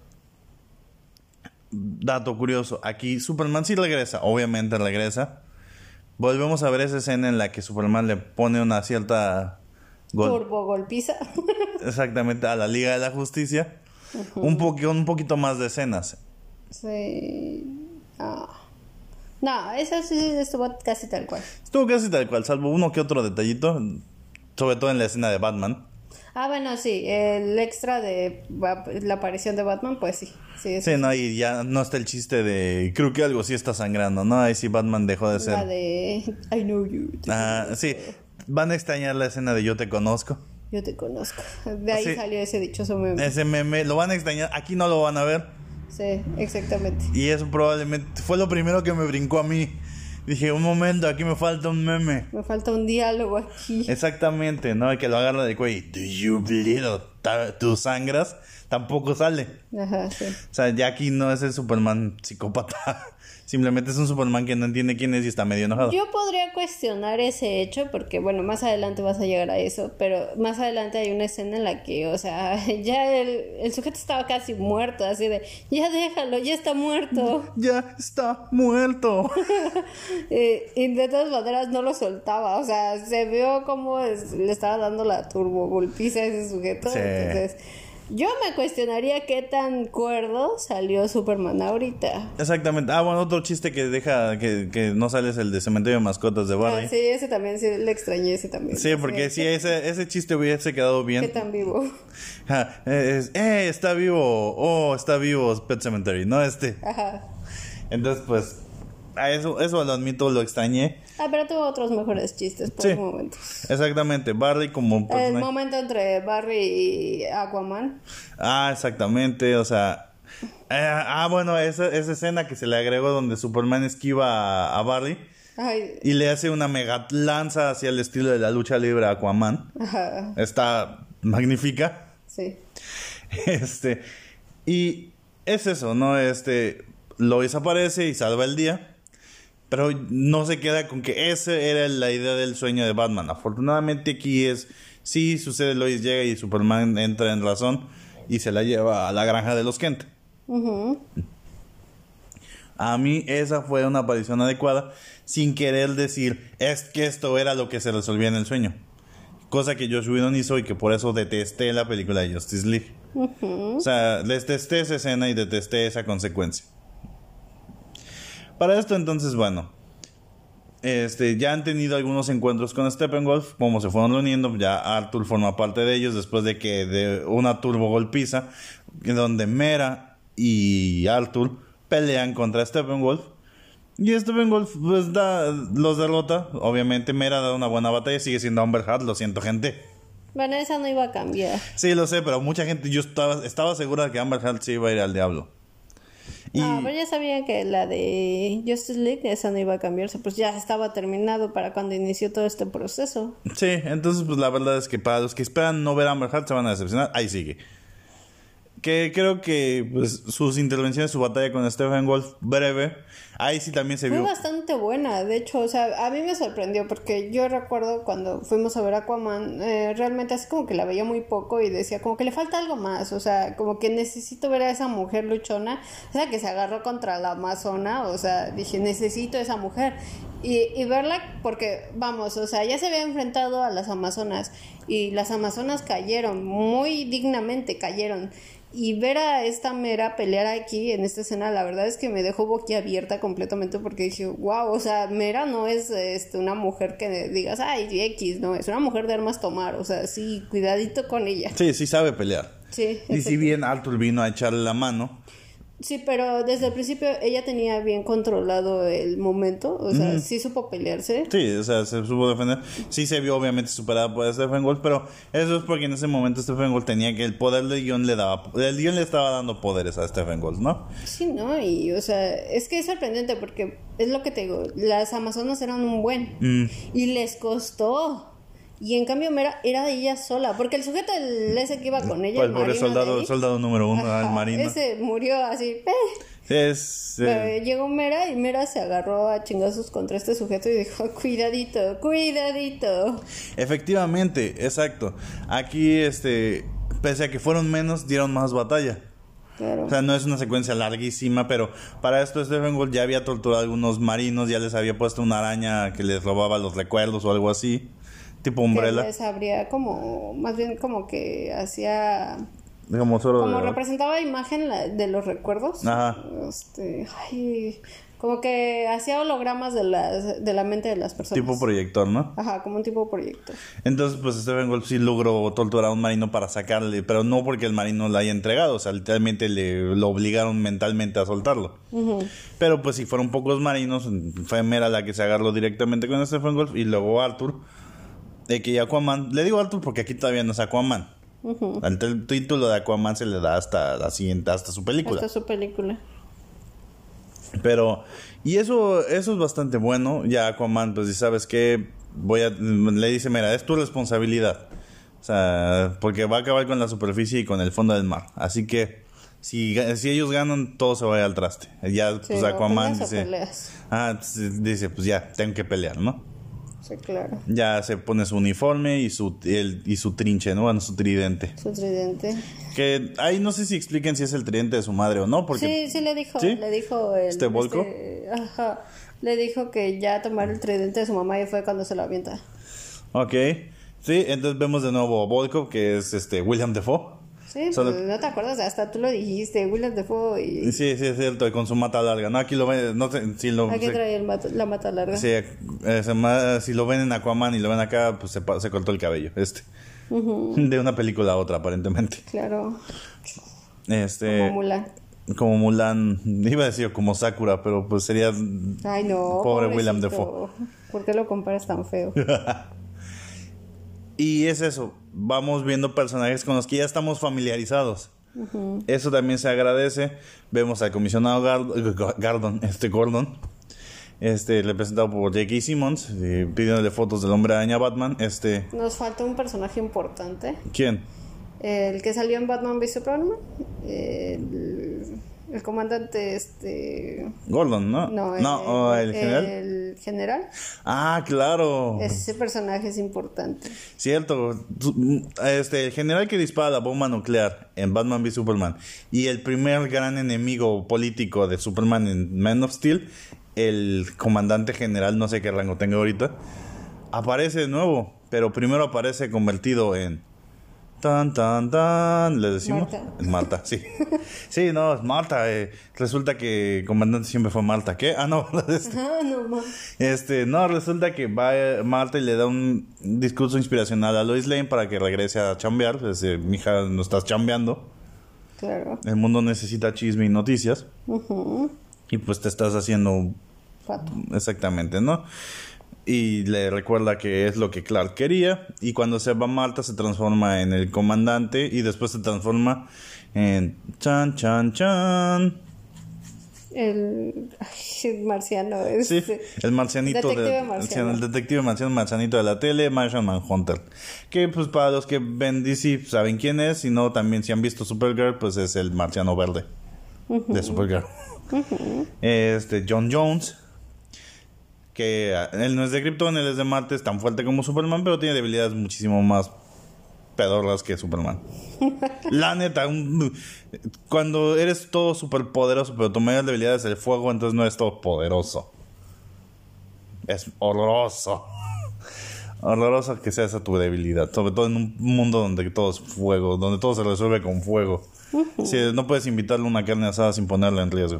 Dato curioso, aquí Superman sí regresa, obviamente regresa. Volvemos a ver esa escena en la que Superman le pone una cierta turbo golpiza. Exactamente, a la Liga de la Justicia. Un poquito más de escenas. Sí. No, eso sí estuvo casi tal cual. Estuvo casi tal cual, salvo uno que otro detallito, sobre todo en la escena de Batman. Bueno, sí, el extra de la aparición de Batman, pues sí. Sí, no, y ya no está el chiste de creo que algo sí está sangrando, ¿no? Ahí sí Batman dejó de ser. La de I know you. Sí, van a extrañar la escena de Yo te conozco. Yo te conozco. De ahí salió ese dichoso meme. Ese meme, lo van a extrañar, aquí no lo van a ver. Sí, exactamente. Y eso probablemente fue lo primero que me brincó a mí. Dije, un momento, aquí me falta un meme. Me falta un diálogo aquí. Exactamente, ¿no? Que lo agarra del cuello. Do you bleed? ¿Tú sangras? Tampoco sale. Ajá, sí. O sea, ya aquí no es el Superman psicópata. Simplemente es un Superman que no entiende quién es y está medio enojado. Yo podría cuestionar ese hecho porque, bueno, más adelante vas a llegar a eso, pero más adelante hay una escena en la que, o sea, ya el sujeto estaba casi muerto, así de, ya déjalo, ya está muerto. Ya está muerto. Y de todas maneras no lo soltaba, o sea, se vio como le estaba dando la turbo golpiza a ese sujeto, sí. Entonces... Yo me cuestionaría qué tan cuerdo salió Superman ahorita. Exactamente. Bueno, otro chiste que deja que no sale es el de Cementerio de Mascotas de Barry. Sí, ese también, sí, le extrañé ese también. Sí, porque si ese chiste hubiese quedado bien. ¿Qué tan vivo? Está vivo. Está vivo Pet Cemetery, ¿no? Ajá. Entonces, pues, a eso lo admito, lo extrañé. Pero tuvo otros mejores chistes por el momento. Exactamente, Barry como personaje. El momento entre Barry y Aquaman. Exactamente, o sea... bueno, esa escena que se le agregó donde Superman esquiva a Barry. Ay. Y le hace una mega lanza hacia el estilo de la lucha libre a Aquaman. Ajá. Está magnífica. Sí. Y es eso, ¿no? Lois aparece y salva el día. Pero no se queda con que esa era la idea del sueño de Batman. Afortunadamente aquí sí sucede, Lois llega y Superman entra en razón y se la lleva a la granja de los Kent. Uh-huh. A mí esa fue una aparición adecuada, sin querer decir es que esto era lo que se resolvía en el sueño. Cosa que Joss Whedon hizo y que por eso detesté la película de Justice League. Uh-huh. O sea, detesté esa escena y detesté esa consecuencia. Para esto entonces, bueno, ya han tenido algunos encuentros con Steppenwolf, como se fueron reuniendo, ya Arthur forma parte de ellos después de una turbo golpiza, donde Mera y Arthur pelean contra Steppenwolf, y Steppenwolf pues los derrota. Obviamente Mera da una buena batalla, sigue siendo Amber Heard, lo siento gente. Bueno, esa no iba a cambiar. Sí, lo sé, pero mucha gente, yo estaba segura de que Amber Heard sí iba a ir al diablo. Pero ya sabían que la de Justice League, esa no iba a cambiarse, pues ya estaba terminado para cuando inició todo este proceso. Sí, entonces pues la verdad es que para los que esperan no ver a Amber Heard se van a decepcionar. Ahí sigue. Que creo que pues sus intervenciones, su batalla con Steppenwolf breve, ahí sí también se vio. Fue bastante buena, de hecho, o sea, a mí me sorprendió porque yo recuerdo cuando fuimos a ver Aquaman, realmente así como que la veía muy poco y decía como que le falta algo más, o sea, como que necesito ver a esa mujer luchona, o sea, que se agarró contra la amazona, o sea, dije, necesito a esa mujer y verla porque, vamos, o sea, ya se había enfrentado a las amazonas y las amazonas cayeron, muy dignamente cayeron. Y ver a esta Mera pelear aquí en esta escena, la verdad es que me dejó boquiabierta completamente porque dije, wow, o sea, Mera no es una mujer que digas, ay, X, no, es una mujer de armas tomar, o sea, sí, cuidadito con ella. Sí sabe pelear. Sí. Y si bien Arthur vino a echarle la mano. Sí, pero desde el principio ella tenía bien controlado el momento, o sea, sí supo pelearse. Sí, o sea, se supo defender. Sí se vio obviamente superada por Steppenwolf, pero eso es porque en ese momento Steppenwolf tenía que el poder del guión el guión le estaba dando poderes a Steppenwolf, ¿no? Sí, ¿no? Y, o sea, es que es sorprendente porque es lo que te digo, las amazonas eran un buen y les costó. Y en cambio Mera era de ella sola, porque el sujeto, ese que iba con ella, el pobre soldado número 1, el marino. Ese murió así, llegó Mera y Mera se agarró a chingazos contra este sujeto y dijo, cuidadito, cuidadito. Efectivamente, exacto. Aquí, pese a que fueron menos, dieron más batalla. Claro. O sea, no es una secuencia larguísima, pero para esto Steppenwolf ya había torturado a algunos marinos, ya les había puesto una araña que les robaba los recuerdos o algo así. Tipo Umbrella. Que les habría como, más bien como que hacía... Como representaba imagen de los recuerdos. Ajá. Como que hacía hologramas de la mente de las personas. Tipo proyector, ¿no? Ajá, como un tipo proyector. Entonces, pues Steppenwolf sí logró torturar a un marino para sacarle, pero no porque el marino lo haya entregado, o sea, literalmente lo obligaron mentalmente a soltarlo. Pero pues si fueron pocos marinos, fue Mera la que se agarró directamente con Steppenwolf y luego Arthur. Que Aquaman, le digo Arthur porque aquí todavía no es Aquaman. El título de Aquaman se le da hasta su película. Hasta su película. Pero, y eso es bastante bueno. Ya Aquaman, pues, ¿sabes qué? Le dice, mira, es tu responsabilidad. O sea, porque va a acabar con la superficie y con el fondo del mar. Así que, si ellos ganan, todo se va al traste. Ya, pues, Aquaman dice, pues ya, tengo que pelear, ¿no? Sí, claro. Ya se pone su uniforme y su trinche, ¿no? Bueno, su tridente. Su tridente. Que ahí no sé si expliquen si es el tridente de su madre o no, porque... Sí le dijo. ¿Sí? Le dijo ¿Volko? Ajá. Le dijo que ya tomar el tridente de su mamá y fue cuando se lo avienta. Ok. Sí, entonces vemos de nuevo a Volko, que es William Dafoe. Sí, pues no te acuerdas, hasta tú lo dijiste, William Dafoe y... Sí, es cierto, con su mata larga. No, aquí lo ven, no sé si lo... Aquí trae la mata larga. Sí, si lo ven en Aquaman y lo ven acá, pues se cortó el cabello, de una película a otra, aparentemente. Claro. Como Mulan. Como Mulan, iba a decir como Sakura, pero pues sería... Ay, no, pobre William Dafoe. ¿Por qué lo comparas tan feo? Y es eso, vamos viendo personajes con los que ya estamos familiarizados. Eso también se agradece. Vemos al comisionado Gordon, representado por J.K. Simmons, pidiéndole fotos del Hombre Araña a Batman. Nos falta un personaje importante. ¿Quién? El que salió en Batman v Superman. El comandante Gordon, ¿no? No, el general. El general. Ah, claro. Ese personaje es importante. Cierto. El general que dispara la bomba nuclear en Batman v Superman y el primer gran enemigo político de Superman en Man of Steel, el comandante general, no sé qué rango tenga ahorita, aparece de nuevo, pero primero aparece convertido en ¿le decimos? Marta, sí. Sí, no, es Marta. Resulta que el comandante siempre fue Marta. ¿Qué? Ah, no. No, resulta que va Marta y le da un discurso inspiracional a Lois Lane para que regrese a chambear. Mija, no estás chambeando. Claro. El mundo necesita chisme y noticias. Y pues te estás haciendo... Pato. Exactamente, ¿no? Y le recuerda que es lo que Clark quería. Y cuando se va Marta se transforma en el comandante. Y después se transforma en el marciano. Sí, el marcianito. El detective marcianito de la tele, Martian Manhunter. Que pues para los que ven DC saben quién es. Si no, también si han visto Supergirl, pues es el marciano verde de Supergirl. John Jones, que él no es de Krypton, él es de Marte, es tan fuerte como Superman, pero tiene debilidades muchísimo más pedorras que Superman. La neta, cuando eres todo súper poderoso, pero tu mayor debilidad es el fuego, entonces no eres todo poderoso. Es horroroso. Horroroso que sea esa tu debilidad, sobre todo en un mundo donde todo es fuego, donde todo se resuelve con fuego. Sí, no puedes invitarle una carne asada sin ponerla en riesgo.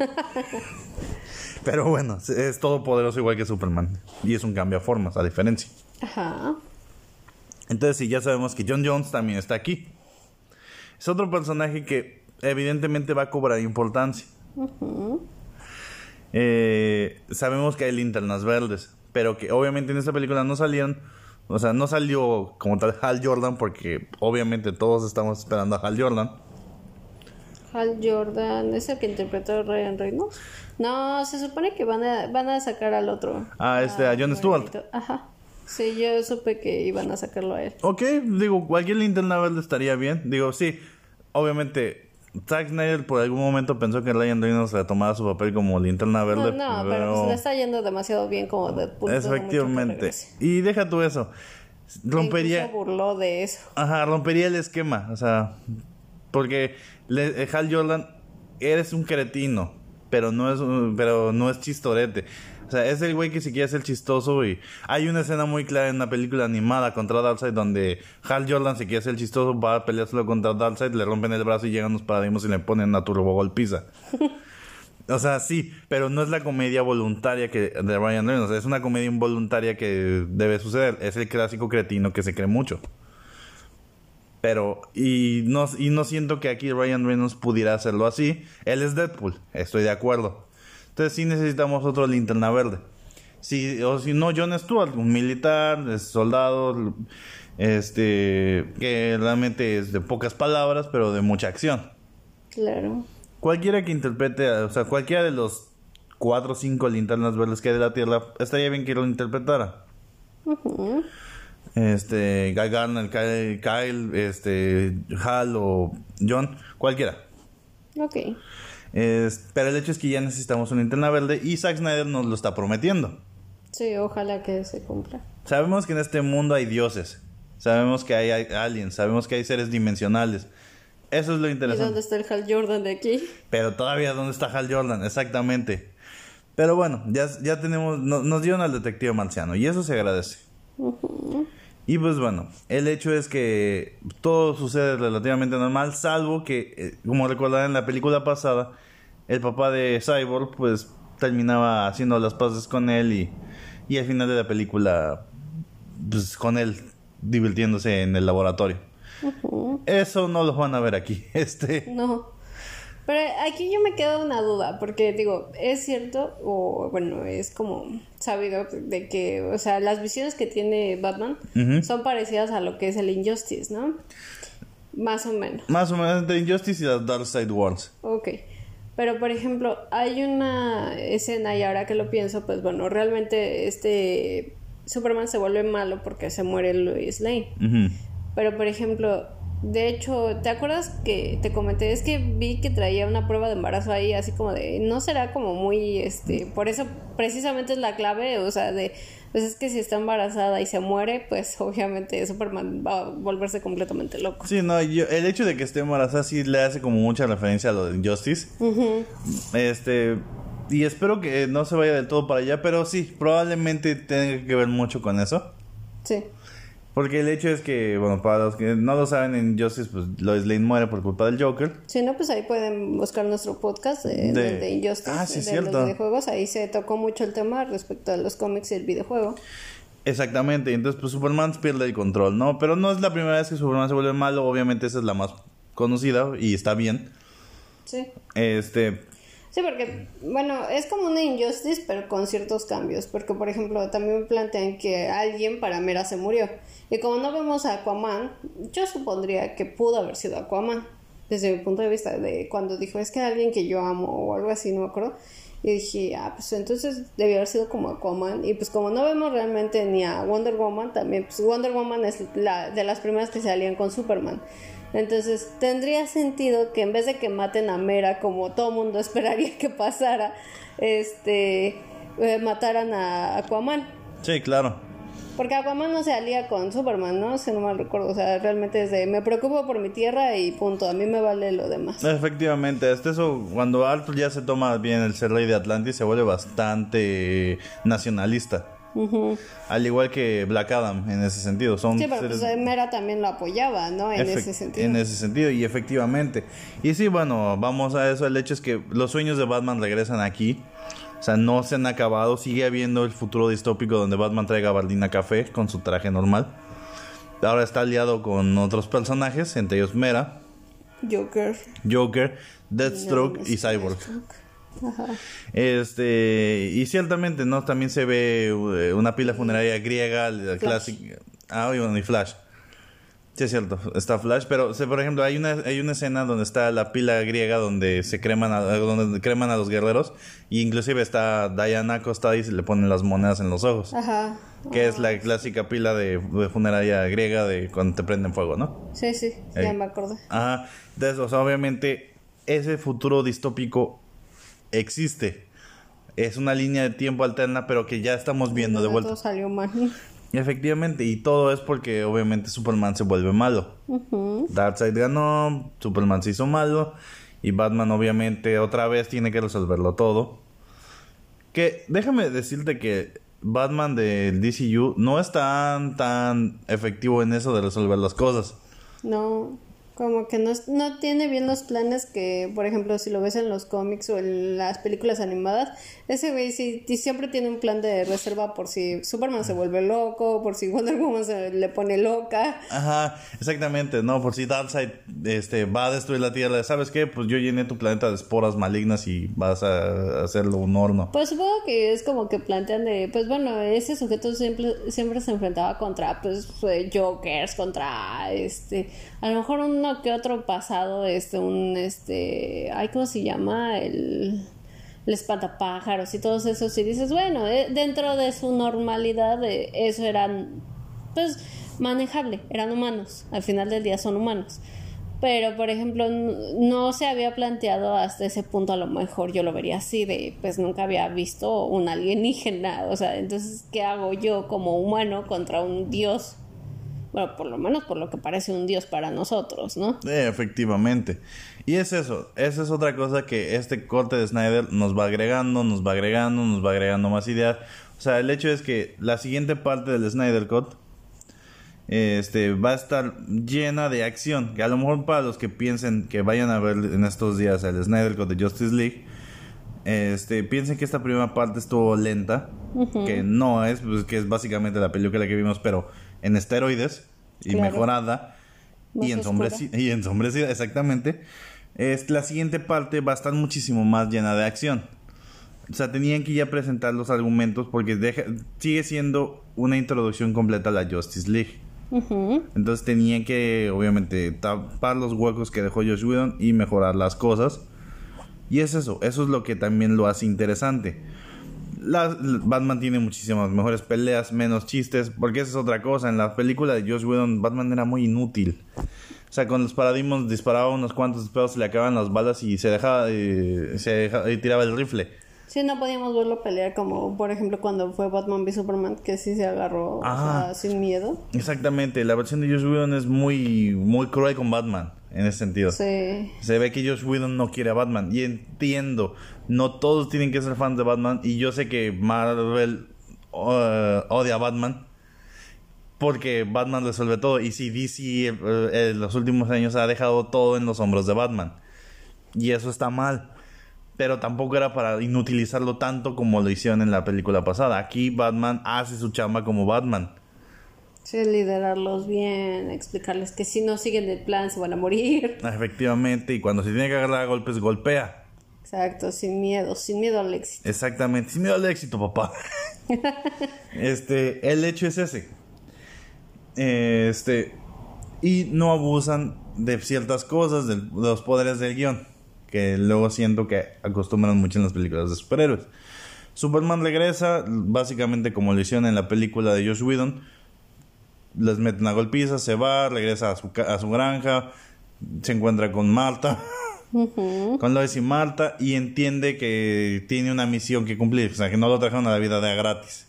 Pero bueno, es todopoderoso igual que Superman. Y es un cambiaformas, a diferencia. Ajá. Entonces sí, ya sabemos que John Jones también está aquí. Es otro personaje que evidentemente va a cobrar importancia. Sabemos que hay linternas verdes, pero que obviamente en esta película no salieron, o sea, no salió como tal Hal Jordan, porque obviamente todos estamos esperando a Hal Jordan. Hal Jordan, ¿es el que interpretó a Ryan Reynolds? No, se supone que van a sacar al otro. A Jon Stewart. Ajá. Sí, yo supe que iban a sacarlo a él. Ok, digo, cualquier linterna verde estaría bien. Digo, sí, obviamente Zack Snyder por algún momento pensó que Ryan Reynolds retomara su papel como linterna verde. No, pero pues le está yendo demasiado bien como Deadpool. Efectivamente. Y deja tú eso. Rompería. Incluso burló de eso. Ajá, rompería el esquema. O sea, porque Hal Jordan, eres un cretino, pero no es chistorete. O sea, es el güey que si quiere ser chistoso. Y hay una escena muy clara en una película animada contra Darkseid donde Hal Jordan, si quiere ser chistoso, va a peleárselo contra Darkseid, le rompen el brazo y llegan los paradigmas y le ponen una turbogolpiza. O sea, sí, pero no es la comedia voluntaria de Ryan Reynolds. Es una comedia involuntaria que debe suceder. Es el clásico cretino que se cree mucho. Pero, y no siento que aquí Ryan Reynolds pudiera hacerlo así. Él es Deadpool, estoy de acuerdo. Entonces sí necesitamos otro linterna verde. O si no, Jon Stewart, un militar, soldado, que realmente es de pocas palabras, pero de mucha acción. Claro. Cualquiera que interprete, o sea, cualquiera de los 4 o 5 linternas verdes que hay de la Tierra, estaría bien que lo interpretara. Guy Gardner, Kyle, Hal o John, cualquiera. Ok. Pero el hecho es que ya necesitamos una linterna verde y Zack Snyder nos lo está prometiendo. Sí, ojalá que se cumpla. Sabemos que en este mundo hay dioses, sabemos que hay aliens, sabemos que hay seres dimensionales. Eso es lo interesante. ¿Y dónde está el Hal Jordan de aquí? Pero todavía, ¿dónde está Hal Jordan? Exactamente. Pero bueno, ya tenemos, nos dieron al detective marciano y eso se agradece. Y pues bueno, el hecho es que todo sucede relativamente normal, salvo que, como recordarán en la película pasada, el papá de Cyborg pues terminaba haciendo las paces con él y al final de la película pues con él divirtiéndose en el laboratorio. Eso no lo van a ver aquí. No. Pero aquí yo me quedo una duda, porque digo, es cierto, o bueno, es como sabido de que, o sea, las visiones que tiene Batman son parecidas a lo que es el Injustice, ¿no? Más o menos. Más o menos entre Injustice y las Darkseid Wars. Ok. Pero, por ejemplo, hay una escena, y ahora que lo pienso, pues bueno, realmente Superman se vuelve malo porque se muere Lois Lane. Pero, por ejemplo, de hecho, ¿te acuerdas que te comenté? Es que vi que traía una prueba de embarazo ahí, así como de, ¿no será como muy, por eso precisamente es la clave? O sea, pues es que si está embarazada y se muere, pues obviamente Superman va a volverse completamente loco. Sí, no, el hecho de que esté embarazada sí le hace como mucha referencia a lo de Injustice. Y espero que no se vaya del todo para allá, pero sí, probablemente tenga que ver mucho con eso. Sí. Porque el hecho es que, bueno, para los que no lo saben, en Injustice, pues Lois Lane muere por culpa del Joker. Si no, pues ahí pueden buscar nuestro podcast de Injustice, sí, de cierto. Los videojuegos. Ahí se tocó mucho el tema respecto a los cómics y el videojuego. Exactamente, entonces pues Superman pierde el control, ¿no? Pero no es la primera vez que Superman se vuelve malo, obviamente esa es la más conocida y está bien. Sí. Sí, porque, bueno, es como una Injustice, pero con ciertos cambios. Porque, por ejemplo, también plantean que alguien para Mera se murió. Y como no vemos a Aquaman, yo supondría que pudo haber sido Aquaman. Desde mi punto de vista, de cuando dijo, es que alguien que yo amo o algo así, no me acuerdo. Y dije, pues entonces debió haber sido como Aquaman. Y pues como no vemos realmente ni a Wonder Woman, también, pues Wonder Woman es de las primeras que se alían con Superman. Entonces tendría sentido que en vez de que maten a Mera como todo mundo esperaría que pasara, mataran a Aquaman. Sí, claro. Porque Aquaman no se alía con Superman, ¿no? Si no mal recuerdo, o sea, realmente es de me preocupo por mi tierra y punto, a mí me vale lo demás. Efectivamente, eso cuando Arthur ya se toma bien el ser rey de Atlantis se vuelve bastante nacionalista. Al igual que Black Adam en ese sentido. Sí, pero pues Mera también lo apoyaba, ¿no? En ese sentido. En ese sentido, y efectivamente. Y sí, bueno, vamos a eso. El hecho es que los sueños de Batman regresan aquí. O sea, no se han acabado. Sigue habiendo el futuro distópico donde Batman trae gabardina café con su traje normal. Ahora está aliado con otros personajes, entre ellos Mera. Joker, Deathstroke y Cyborg. Ajá. Y ciertamente, ¿no? También se ve una pila funeraria griega, la clásica. Y Flash. Sí, es cierto, está Flash, pero por ejemplo, hay una escena donde está la pila griega donde donde creman a los guerreros, y inclusive está Diana acostada y se le ponen las monedas en los ojos. Ajá. Que es la clásica pila de funeraria griega de cuando te prenden fuego, ¿no? Sí, ya me acordé. Ajá. Entonces, o sea, obviamente ese futuro distópico existe. Es una línea de tiempo alterna, pero que ya estamos viendo de vuelta. Todo salió mal. Efectivamente, y todo es porque obviamente Superman se vuelve malo. Darkseid ganó, Superman se hizo malo, y Batman obviamente otra vez tiene que resolverlo todo. Que déjame decirte que Batman del DCU no es tan efectivo en eso de resolver las cosas. No, como que no tiene bien los planes que, por ejemplo, si lo ves en los cómics o en las películas animadas, ese güey sí siempre tiene un plan de reserva por si Superman se vuelve loco, por si Wonder Woman se le pone loca. Ajá, exactamente, no, por si Darkseid va a destruir la Tierra. ¿Sabes qué? Pues yo llené tu planeta de esporas malignas y vas a hacerlo un horno. Pues supongo que es como que plantean pues bueno, ese sujeto siempre se enfrentaba contra, Jokers, contra, a lo mejor uno que otro pasado, ¿cómo se llama? El espantapájaros y todos esos, y dices, bueno, dentro de su normalidad, eso eran, pues, manejable, eran humanos, al final del día son humanos. Pero, por ejemplo, no se había planteado hasta ese punto, a lo mejor yo lo vería así, pues nunca había visto un alienígena, o sea, entonces, ¿qué hago yo como humano contra un dios? Bueno, por lo menos por lo que parece un dios para nosotros, ¿no? Efectivamente. Y es eso. Esa es otra cosa que este corte de Snyder nos va agregando más ideas. O sea, el hecho es que la siguiente parte del Snyder Cut va a estar llena de acción. Que a lo mejor para los que piensen que vayan a ver en estos días el Snyder Cut de Justice League, piensen que esta primera parte estuvo lenta. Que no es, pues, que es básicamente la película que vimos, pero en esteroides y mejorada y ensombrecida, exactamente. La siguiente parte va a estar muchísimo más llena de acción. O sea, tenían que ya presentar los argumentos porque sigue siendo una introducción completa a la Justice League. Entonces tenían que, obviamente, tapar los huecos que dejó Joss Whedon y mejorar las cosas. Y eso es lo que también lo hace interesante. Batman tiene muchísimas mejores peleas, menos chistes, porque esa es otra cosa. En la película de Joss Whedon, Batman era muy inútil. O sea, con los Parademons disparaba unos cuantos pedos, se le acababan las balas y se dejaba y tiraba el rifle. Sí, no podíamos verlo pelear como, por ejemplo, cuando fue Batman v Superman, que sí se agarró, o sea, sin miedo. Exactamente, la versión de Joss Whedon es muy, muy cruel con Batman, en ese sentido. Sí. Se ve que Joss Whedon no quiere a Batman, y entiendo, no todos tienen que ser fans de Batman, y yo sé que Marvel odia a Batman, porque Batman resuelve todo, y si DC en los últimos años ha dejado todo en los hombros de Batman, y eso está mal. Pero tampoco era para inutilizarlo tanto como lo hicieron en la película pasada. Aquí Batman hace su chamba como Batman. Sí, liderarlos bien, explicarles que si no siguen el plan se van a morir. Efectivamente, y cuando se tiene que agarrar a golpes, golpea. Exacto, sin miedo al éxito. Exactamente, sin miedo al éxito, papá. El hecho es ese. Y no abusan de ciertas cosas, de los poderes del guión, que luego siento que acostumbran mucho en las películas de superhéroes. Superman regresa básicamente como lo hicieron en la película de Joss Whedon. Les meten una golpiza, se va, regresa a su granja, se encuentra con Marta, con Lois y Marta, y entiende que tiene una misión que cumplir, o sea, que no lo trajeron a la vida de gratis.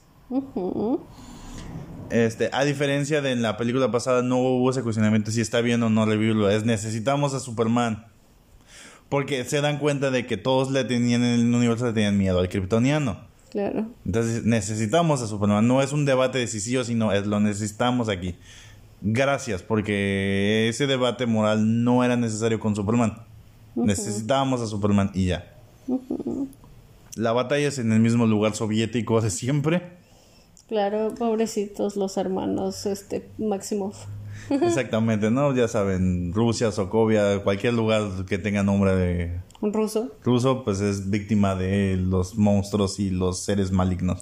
A diferencia de en la película pasada, no hubo ese cuestionamiento si está bien o no revivirlo. Necesitamos a Superman. Porque se dan cuenta de que todos en el universo le tenían miedo al kryptoniano. Claro. Entonces necesitamos a Superman. No es un debate de si sí o si no, lo necesitamos aquí. Gracias, porque ese debate moral no era necesario con Superman. Necesitábamos a Superman y ya. La batalla es en el mismo lugar soviético de siempre. Claro, pobrecitos los hermanos Maximoff. Exactamente, ¿no? Ya saben, Rusia, Sokovia, cualquier lugar que tenga nombre de... Ruso, pues es víctima de los monstruos y los seres malignos.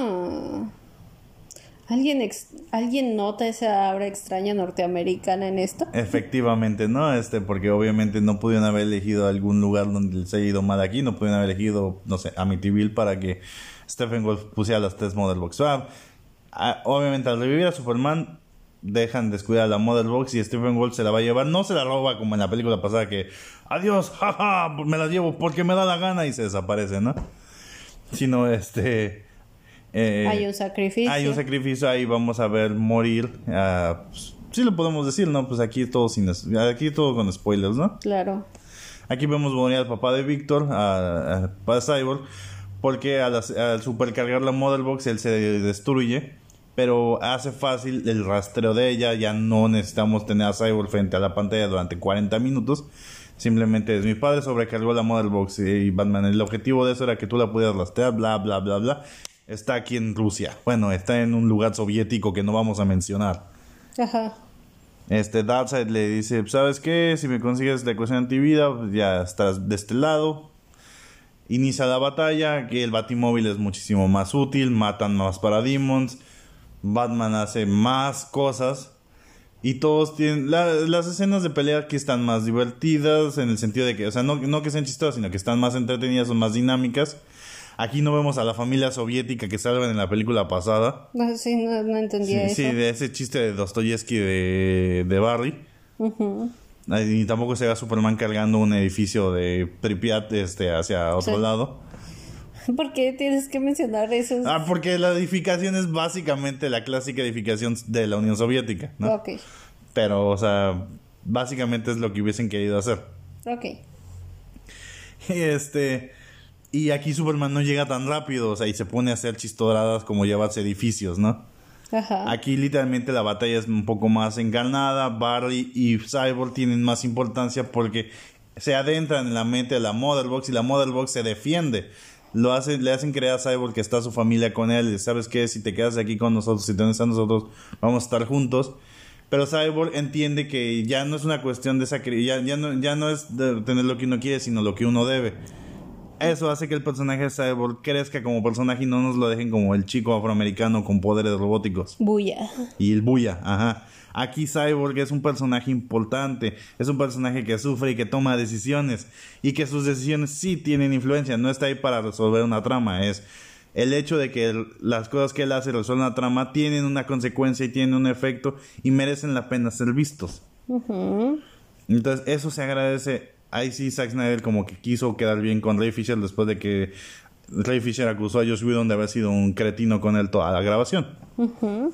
¿Alguien nota esa aura extraña norteamericana en esto? Efectivamente, ¿no? Porque obviamente no pudieron haber elegido algún lugar donde les haya ido mal aquí, no pudieron haber elegido, no sé, Amityville para que Steppenwolf pusiera las 3 Mother Box. Obviamente al revivir a Superman dejan descuidar la Mother Box y Steppenwolf se la va a llevar, no se la roba como en la película pasada que adiós, jaja, me la llevo porque me da la gana y se desaparece, ¿no? Sino hay un sacrificio. Ahí vamos a ver morir, pues, sí lo podemos decir, ¿no? Pues aquí todo con spoilers, ¿no? Claro. Aquí vemos morir al papá de Víctor, para Cyborg, porque al supercargar la Mother Box él se destruye, pero hace fácil el rastreo de ella. Ya no necesitamos tener a Cyborg frente a la pantalla durante 40 minutos. Simplemente es mi padre sobrecargó la Mother Box y Batman. El objetivo de eso era que tú la pudieras rastrear, bla, bla, bla, bla. Está aquí en Rusia. Bueno, está en un lugar soviético que no vamos a mencionar. Ajá. Darkseid le dice, ¿sabes qué? Si me consigues la ecuación antivida, pues ya estás de este lado. Inicia la batalla, que el Batimóvil es muchísimo más útil, matan más Parademons, Batman hace más cosas y todos tienen... las escenas de pelea aquí están más divertidas en el sentido de que, o sea, no que sean chistosas, sino que están más entretenidas, son más dinámicas. Aquí no vemos a la familia soviética que salvan en la película pasada. Sí, no entendía eso. Sí, de ese chiste de Dostoyevsky de Barry. Uh-huh. Y tampoco se ve a Superman cargando un edificio de Pripyat hacia otro lado. ¿Por qué tienes que mencionar eso? Porque la edificación es básicamente la clásica edificación de la Unión Soviética, ¿no? Ok. Pero, o sea, básicamente es lo que hubiesen querido hacer. Ok. Y aquí Superman no llega tan rápido, o sea, y se pone a hacer chistoradas como llevarse edificios, ¿no? Ajá. Aquí literalmente la batalla es un poco más encarnada. Barry y Cyborg tienen más importancia porque se adentran en la mente de la Mother Box y la Mother Box se defiende. Le hacen creer a Cyborg que está su familia con él. ¿Sabes qué? Si te quedas aquí con nosotros, si te unes a nosotros, vamos a estar juntos. Pero Cyborg entiende que ya no es una cuestión de sacrificio, ya no es de tener lo que uno quiere, sino lo que uno debe. Eso hace que el personaje de Cyborg crezca como personaje y no nos lo dejen como el chico afroamericano con poderes robóticos. Buya. Y el buya, ajá. Aquí Cyborg es un personaje importante, es un personaje que sufre y que toma decisiones y que sus decisiones sí tienen influencia, no está ahí para resolver una trama, es el hecho de que las cosas que él hace resuelven una trama tienen una consecuencia y tienen un efecto y merecen la pena ser vistos. Uh-huh. Entonces eso se agradece. Ahí sí Zack Snyder como que quiso quedar bien con Ray Fisher después de que Ray Fisher acusó a Joss Whedon de haber sido un cretino con él toda la grabación. Uh-huh.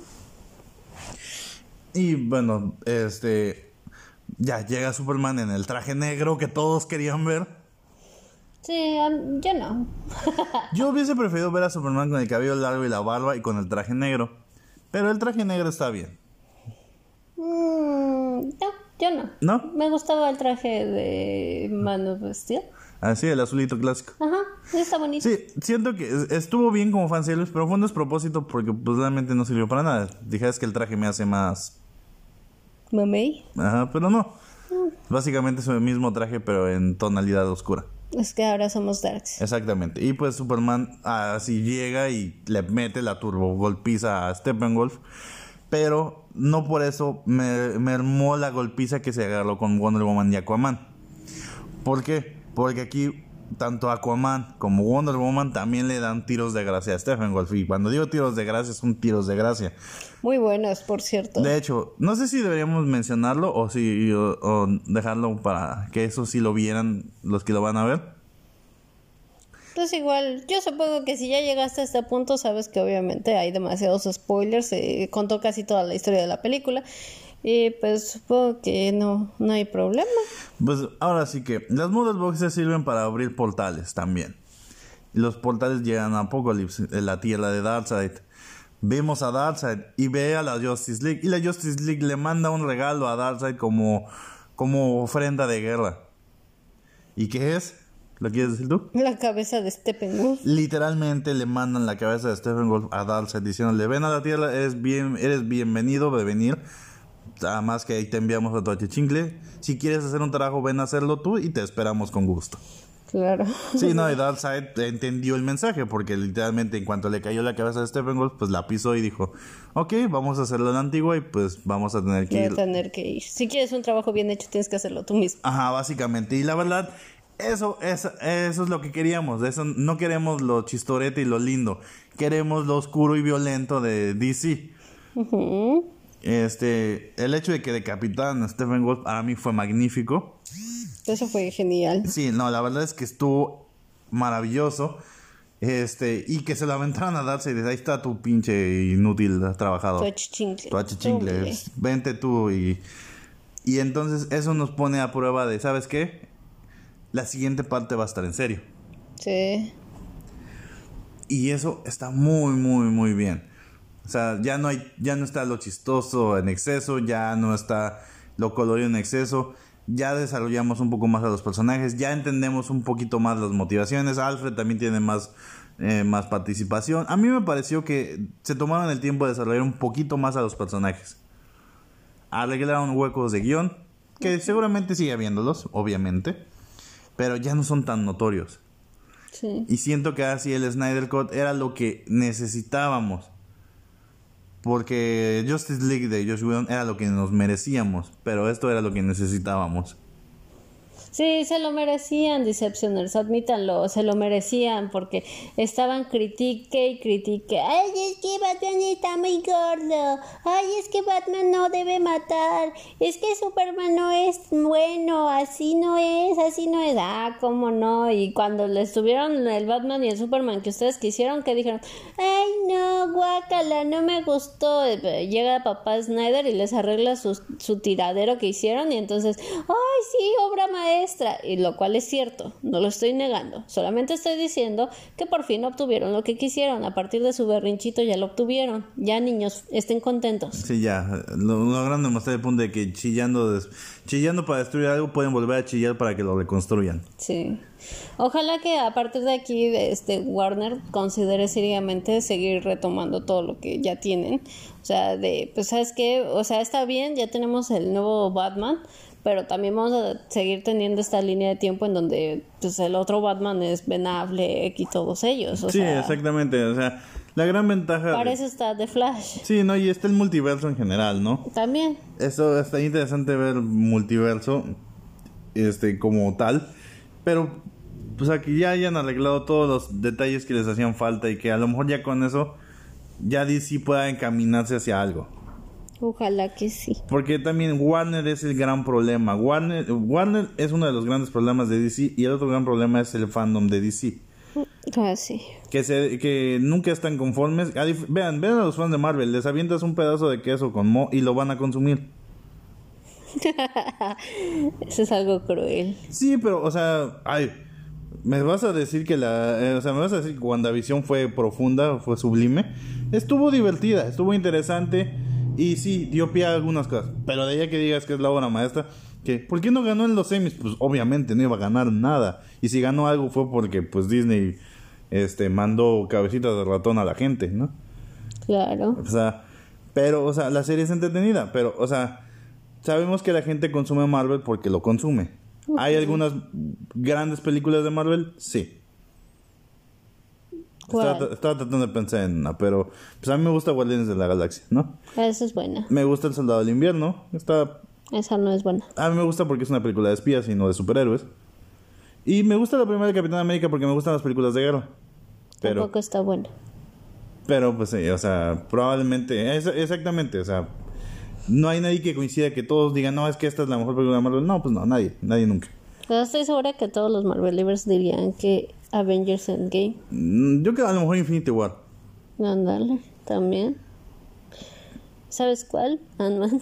Y bueno, ya llega Superman en el traje negro que todos querían ver. Sí, yo no. Yo hubiese preferido ver a Superman con el cabello largo y la barba y con el traje negro. Pero el traje negro está bien. No, yo no. ¿No? Me gustaba el traje de Man of Steel. Ah, sí, el azulito clásico. Ajá, está bonito. Sí, siento que estuvo bien como fanservice, pero fue un despropósito porque pues realmente no sirvió para nada. Dije, es que el traje me hace más... ¿Mamey? Ajá, pero no. Básicamente es el mismo traje, pero en tonalidad oscura. Es que ahora somos darks. Exactamente. Y pues Superman así llega y le mete la turbo golpiza a Steppenwolf. Pero no por eso me armó la golpiza que se agarró con Wonder Woman y Aquaman. ¿Por qué? Porque aquí tanto Aquaman como Wonder Woman también le dan tiros de gracia a Steppenwolf. Y cuando digo tiros de gracia, son tiros de gracia. Muy buenos, por cierto. De hecho, no sé si deberíamos mencionarlo o dejarlo para que eso sí lo vieran los que lo van a ver. Pues igual, yo supongo que si ya llegaste a este punto, sabes que obviamente hay demasiados spoilers. Se contó casi toda la historia de la película. Y pues supongo que no hay problema. Pues ahora sí que las Mother Boxes sirven para abrir portales también. Y los portales llegan a Apokolips, en la tierra de Darkseid. Vemos a Darkseid y ve a la Justice League. Y la Justice League le manda un regalo a Darkseid como ofrenda de guerra. ¿Y qué es? ¿Lo quieres decir tú? La cabeza de Steppenwolf. Literalmente le mandan la cabeza de Steppenwolf a Darkseid diciéndole: ven a la tierra, eres bienvenido de venir, Además que ahí te enviamos a tu achichincle. Si quieres hacer un trabajo, ven a hacerlo tú y te esperamos con gusto. Claro. Sí, no, y Darkseid entendió el mensaje porque literalmente en cuanto le cayó la cabeza de Steppenwolf, pues la pisó y dijo, ok, vamos a hacerlo a la antigua y pues vamos a tener que ir. Si quieres un trabajo bien hecho, tienes que hacerlo tú mismo. Ajá, básicamente. Y la verdad, eso es lo que queríamos. Eso, no queremos lo chistorete y lo lindo. Queremos lo oscuro y violento de DC. Uh-huh. El hecho de que decapitaran a Steppenwolf para mí fue magnífico. Eso fue genial. Sí, no, la verdad es que estuvo maravilloso. Y que se lo aventaran a Darkseid. Ahí está tu pinche inútil trabajador. Tu achichincle. Vente tú y entonces eso nos pone a prueba de, ¿sabes qué? La siguiente parte va a estar en serio. Sí. Y eso está muy, muy, muy bien. O sea, ya no está lo chistoso en exceso, ya no está lo colorido en exceso. Ya desarrollamos un poco más a los personajes, ya entendemos un poquito más las motivaciones. Alfred también tiene más participación. A mí me pareció que se tomaron el tiempo de desarrollar un poquito más a los personajes. Arreglaron huecos de guión, que seguramente sigue habiéndolos, obviamente, pero ya no son tan notorios. Sí. Y siento que así el Snyder Cut era lo que necesitábamos. Porque Justice League de Joss Whedon era lo que nos merecíamos, pero esto era lo que necesitábamos. Sí, se lo merecían, Deceptioners, admítanlo, se lo merecían porque estaban critique y critique. Ay, es que Batman está muy gordo. Ay, es que Batman no debe matar. Es que Superman no es bueno, así no es. Ah, cómo no. Y cuando les tuvieron el Batman y el Superman que ustedes quisieron, que dijeron, ay, no, guácala, no me gustó. Llega papá Snyder y les arregla su tiradero que hicieron y entonces, ay, sí, obra maestra. Y lo cual es cierto, no lo estoy negando, solamente estoy diciendo que por fin obtuvieron lo que quisieron. A partir de su berrinchito ya lo obtuvieron. Ya, niños, estén contentos. Sí, ya, lograron demostrar el punto de que chillando para destruir algo pueden volver a chillar para que lo reconstruyan. Sí, ojalá que a partir de aquí Warner considere seriamente seguir retomando todo lo que ya tienen. O sea, pues ¿sabes qué? O sea, está bien, ya tenemos el nuevo Batman, pero también vamos a seguir teniendo esta línea de tiempo en donde pues el otro Batman es Ben Affleck y todos ellos. Sí, exactamente. O sea, la gran ventaja... Para eso está The Flash. Sí, no, y está el multiverso en general, ¿no? También. Eso está interesante ver multiverso como tal, pero pues aquí ya hayan arreglado todos los detalles que les hacían falta y que a lo mejor ya con eso ya DC pueda encaminarse hacia algo. Ojalá que sí. Porque también Warner es el gran problema. Warner es uno de los grandes problemas de DC y el otro gran problema es el fandom de DC. Ah, sí. Que nunca están conformes. Vean a los fans de Marvel, les avientas un pedazo de queso con moho y lo van a consumir. Eso es algo cruel. Sí, pero, o sea, me vas a decir que WandaVision fue profunda, fue sublime. Estuvo divertida, estuvo interesante. Y sí, dio pie a algunas cosas. Pero de ahí a que digas que es la obra maestra, ¿por qué no ganó en los semis? Pues obviamente no iba a ganar nada. Y si ganó algo fue porque pues Disney mandó cabecitas de ratón a la gente, ¿no? Claro. O sea, la serie es entretenida. Pero, o sea, sabemos que la gente consume Marvel porque lo consume. Uh-huh. ¿Hay algunas grandes películas de Marvel? Sí. Estaba tratando de pensar en una, pero pues a mí me gusta Guardianes de la Galaxia, ¿no? Esa es buena. Me gusta El Soldado del Invierno. Esa no es buena. A mí me gusta porque es una película de espías y no de superhéroes. Y me gusta la primera de Capitán América porque me gustan las películas de guerra. Tampoco está buena. Pero pues sí, o sea, probablemente, exactamente, o sea, no hay nadie que coincida que todos digan, no, es que esta es la mejor película de Marvel. No, pues no, nadie nunca. Pero estoy segura que todos los Marvel Livers dirían que Avengers Endgame. Yo creo a lo mejor Infinity War. Ándale, también. ¿Sabes cuál? Ant-Man.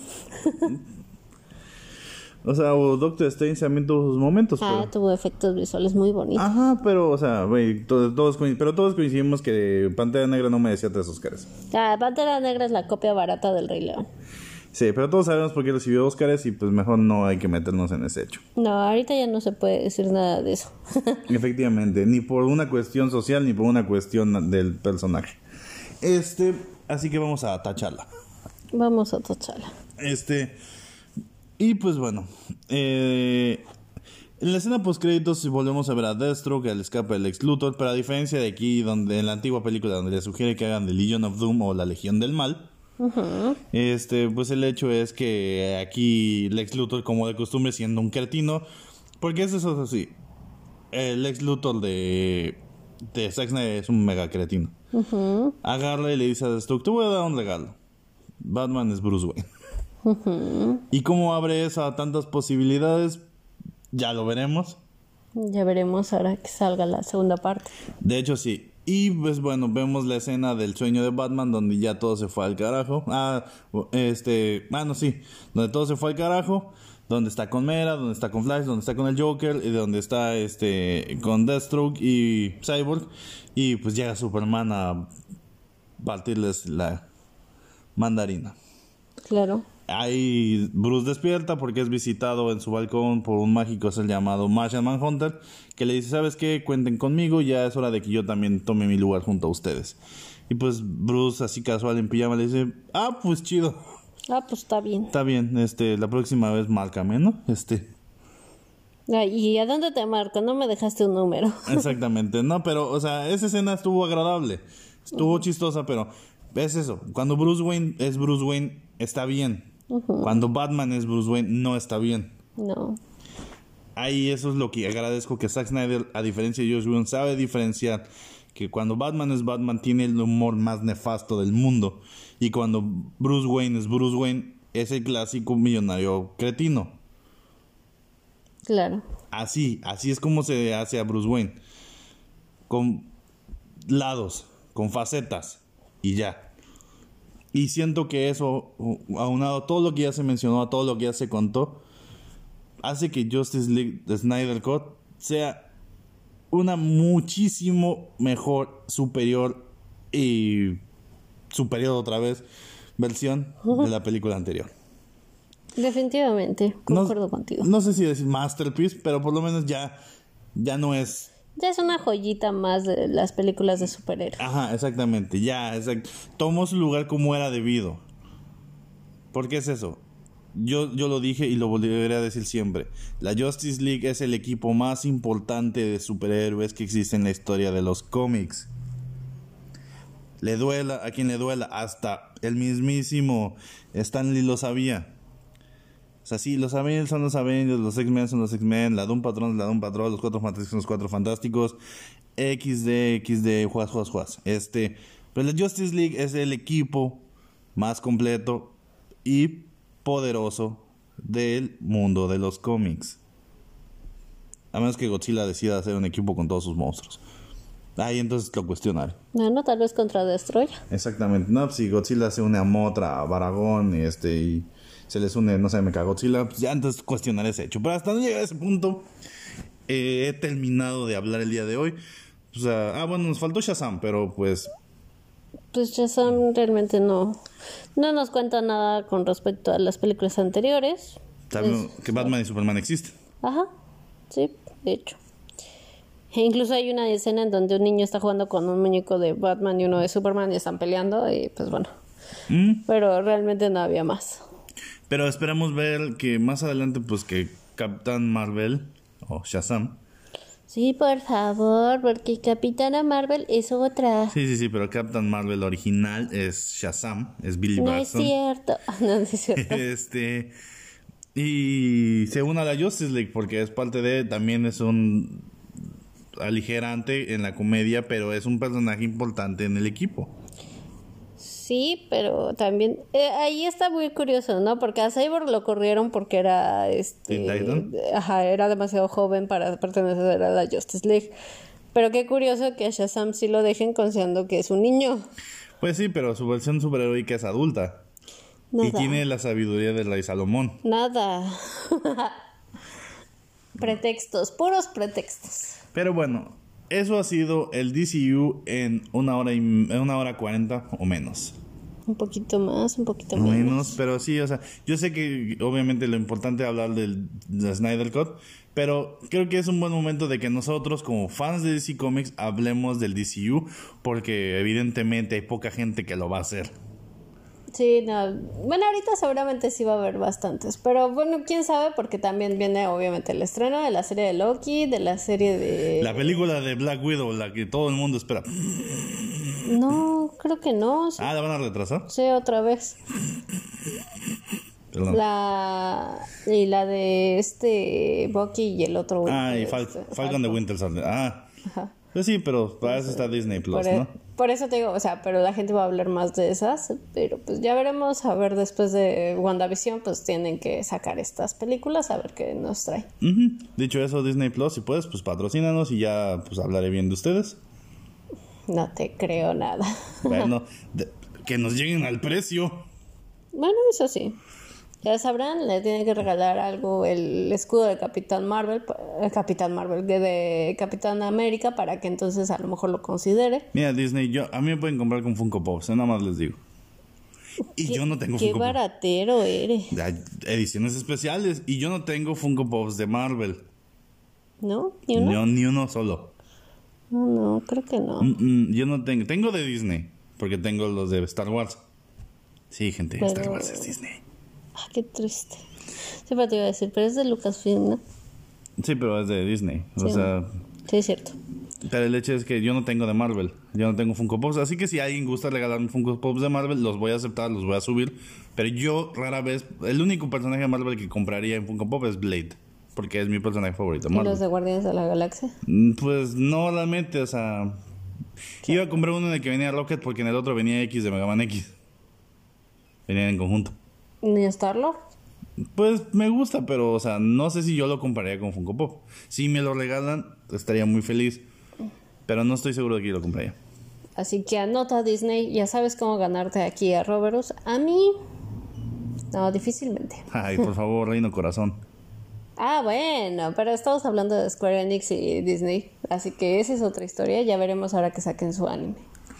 O sea, Doctor Strange también tuvo sus momentos. Tuvo efectos visuales muy bonitos. Ajá, pero, o sea, güey, todos coincidimos que Pantera Negra no merecía 3 Oscars. Pantera Negra es la copia barata del Rey León. Sí, pero todos sabemos por qué recibió Óscares y pues mejor no hay que meternos en ese hecho. No, ahorita ya no se puede decir nada de eso. Efectivamente, ni por una cuestión social ni por una cuestión del personaje. Así que vamos a tacharla. Vamos a tacharla. Y pues bueno, en la escena postcréditos volvemos a ver a Deathstroke al escape del Lex Luthor, pero a diferencia de aquí, donde en la antigua película donde le sugiere que hagan The Legion of Doom o la Legión del Mal, pues el hecho es que aquí Lex Luthor, como de costumbre, siendo un cretino, porque eso es así, el Lex Luthor de Zack Snyder es un mega cretino. Agarra y le dice a Deathstroke, te voy a dar un regalo. Batman es Bruce Wayne. ¿Y cómo abre eso a tantas posibilidades? Ya lo veremos. Ya veremos ahora que salga la segunda parte. De hecho, sí. Y pues bueno, vemos la escena del sueño de Batman donde ya todo se fue al carajo. Sí. Donde todo se fue al carajo. Donde está con Mera, donde está con Flash, donde está con el Joker. Y donde está con Deathstroke y Cyborg. Y pues llega Superman a partirles la mandarina. Claro. Ahí Bruce despierta porque es visitado en su balcón por un mágico llamado Martian Manhunter, que le dice, ¿sabes qué? Cuenten conmigo, ya es hora de que yo también tome mi lugar junto a ustedes. Y pues Bruce, así casual en pijama, le dice, pues chido. Pues está bien. Está bien, la próxima vez márcame, ¿no? ¿Y a dónde te marco? No me dejaste un número. Exactamente, no, pero, o sea, esa escena estuvo agradable, estuvo chistosa, pero es eso, cuando Bruce Wayne es Bruce Wayne, está bien. Cuando Batman es Bruce Wayne, no está bien. No. Ahí eso es lo que agradezco, que Zack Snyder, a diferencia de Joss Whedon, sabe diferenciar que cuando Batman es Batman tiene el humor más nefasto del mundo, y cuando Bruce Wayne es Bruce Wayne es el clásico millonario cretino. Claro. Así es como se hace a Bruce Wayne, con lados, con facetas y ya. Y siento que eso, aunado a todo lo que ya se mencionó, a todo lo que ya se contó, hace que Justice League de Snyder Cut sea una muchísimo mejor, superior otra vez, versión de la película anterior. Definitivamente, concuerdo contigo. No sé si decir masterpiece, pero por lo menos ya no es... Ya es una joyita más de las películas de superhéroes. Ajá, exactamente, tomó su lugar como era debido. ¿Por qué es eso? Yo lo dije y lo volveré a decir siempre. La Justice League es el equipo más importante de superhéroes que existe en la historia de los cómics. Le duela a quien le duela, hasta el mismísimo Stan Lee lo sabía. O sea, sí, los Avengers son los Avengers, los X-Men son los X-Men, la Doom Patrol es la Doom Patrol, los Cuatro Fantásticos son los Cuatro Fantásticos, XD, juas. Pero la Justice League es el equipo más completo y poderoso del mundo de los cómics. A menos que Godzilla decida hacer un equipo con todos sus monstruos. Ahí entonces lo cuestionaré. No, tal vez contra Destroyer. Exactamente. No, si Godzilla se une a Mothra, a Baragón, y se les une, no sé, Mechagodzilla, pues ya entonces cuestionaré ese hecho. Pero hasta no llegar a ese punto, he terminado de hablar el día de hoy. O sea, bueno, nos faltó Shazam, pero pues Shazam realmente no nos cuenta nada con respecto a las películas anteriores. Sabemos que Batman y Superman existen. Ajá, sí, de hecho. E incluso hay una escena en donde un niño está jugando con un muñeco de Batman y uno de Superman y están peleando y pues bueno. Pero realmente no había más. Pero esperamos ver que más adelante pues que Capitán Marvel o Shazam. Sí, por favor, porque Capitana Marvel es otra. Sí, pero Captain Marvel original es Shazam, es Billy Batson. No es cierto. No es cierto. Y se une a la Justice League porque es parte de, también es un aligerante en la comedia, pero es un personaje importante en el equipo. Sí, pero también ahí está muy curioso, ¿no? Porque a Cyborg lo corrieron porque era era demasiado joven para pertenecer a la Justice League. Pero qué curioso que a Shazam sí lo dejen considerando que es un niño. Pues sí, pero su versión superheroica es adulta. Nada. Y tiene la sabiduría del rey Salomón. Nada. Pretextos, puros pretextos. Pero bueno, eso ha sido el DCU en 1 hora 40 o menos. Un poquito más, un poquito menos. Pero sí, o sea, yo sé que obviamente lo importante es hablar del Snyder Cut, pero creo que es un buen momento de que nosotros como fans de DC Comics hablemos del DCU, porque evidentemente hay poca gente que lo va a hacer. Sí, no. Bueno, ahorita seguramente sí va a haber bastantes. Pero bueno, quién sabe, porque también viene obviamente el estreno de la serie de Loki, de la serie de... La película de Black Widow, la que todo el mundo espera. No, creo que no. Sí. ¿La van a retrasar? Sí, otra vez. Perdón. Y la de Bucky y el otro. Y Falcon de Winter Soldier. Ajá. Pues sí, pero para eso está Disney Plus, ¿no? Por eso te digo, o sea, pero la gente va a hablar más de esas, pero pues ya veremos, a ver, después de WandaVision, pues tienen que sacar estas películas, a ver qué nos trae. Dicho eso, Disney Plus, si puedes, pues patrocínanos y ya pues hablaré bien de ustedes. No te creo nada. Bueno, que nos lleguen al precio. Bueno, eso sí. Ya sabrán, le tienen que regalar algo, el escudo de Capitán Marvel, de Capitán América, para que entonces a lo mejor lo considere. Mira, Disney, a mí me pueden comprar con Funko Pops, nada más les digo. Y yo no tengo Funko Pops. Qué baratero eres. Ediciones especiales, y yo no tengo Funko Pops de Marvel. ¿No? ¿Ni uno? No, ni uno solo. No, creo que no. Yo no tengo de Disney, porque tengo los de Star Wars. Sí, gente, pero... Star Wars es Disney. Qué triste. Siempre te iba a decir, pero es de Lucasfilm, ¿no? Sí, pero es de Disney. Sí, o sea... Sí, es cierto. Pero el hecho es que yo no tengo de Marvel. Yo no tengo Funko Pops. Así que si alguien gusta regalarme Funko Pops de Marvel, los voy a aceptar, los voy a subir. Pero yo rara vez... El único personaje de Marvel que compraría en Funko Pop es Blade. Porque es mi personaje favorito. ¿Y los de Guardianes de la Galaxia? Pues no, realmente, o sea... Sí. Iba a comprar uno en el que venía Rocket porque en el otro venía X de Mega Man X. Venían en conjunto. ¿Ni Star-Lord? Pues me gusta, pero, o sea, no sé si yo lo compraría con Funko Pop. Si me lo regalan, estaría muy feliz. Pero no estoy seguro de que yo lo compraría. Así que anota, Disney, ya sabes cómo ganarte aquí a Roberus. A mí... No, difícilmente. Ay, por favor, Reino Corazón. Bueno, pero estamos hablando de Square Enix y Disney. Así que esa es otra historia. Ya veremos ahora que saquen su anime.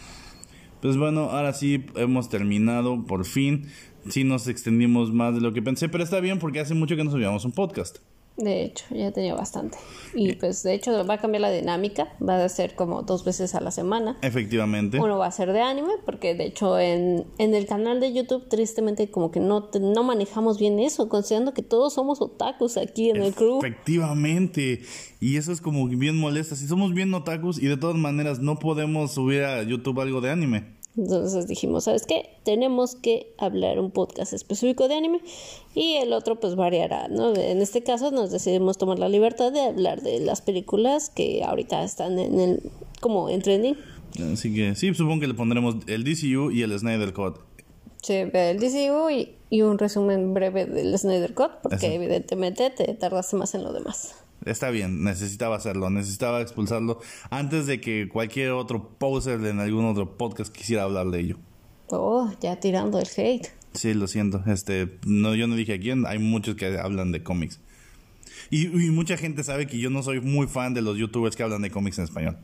Pues bueno, ahora sí hemos terminado, por fin. Sí nos extendimos más de lo que pensé, pero está bien porque hace mucho que no subíamos un podcast. De hecho, ya tenía bastante. Y pues de hecho va a cambiar la dinámica. Va a ser como 2 veces a la semana. Efectivamente. Uno va a ser de anime, porque de hecho en el canal de YouTube tristemente como que no manejamos bien eso, considerando que todos somos otakus aquí en el crew. Efectivamente. Y eso es como bien molesta. Si somos bien otakus y de todas maneras no podemos subir a YouTube algo de anime. Entonces dijimos, ¿sabes qué? Tenemos que hablar un podcast específico de anime y el otro pues variará, ¿no? En este caso nos decidimos tomar la libertad de hablar de las películas que ahorita están como en trending. Así que sí, supongo que le pondremos el DCU y el Snyder Cut. Sí, el DCU y un resumen breve del Snyder Cut, porque evidentemente te tardaste más en lo demás. Está bien, necesitaba hacerlo, necesitaba expulsarlo antes de que cualquier otro poser en algún otro podcast quisiera hablar de ello. Ya tirando el hate. Sí, lo siento. No, yo no dije a quién, hay muchos que hablan de cómics. Y mucha gente sabe que yo no soy muy fan de los youtubers que hablan de cómics en español.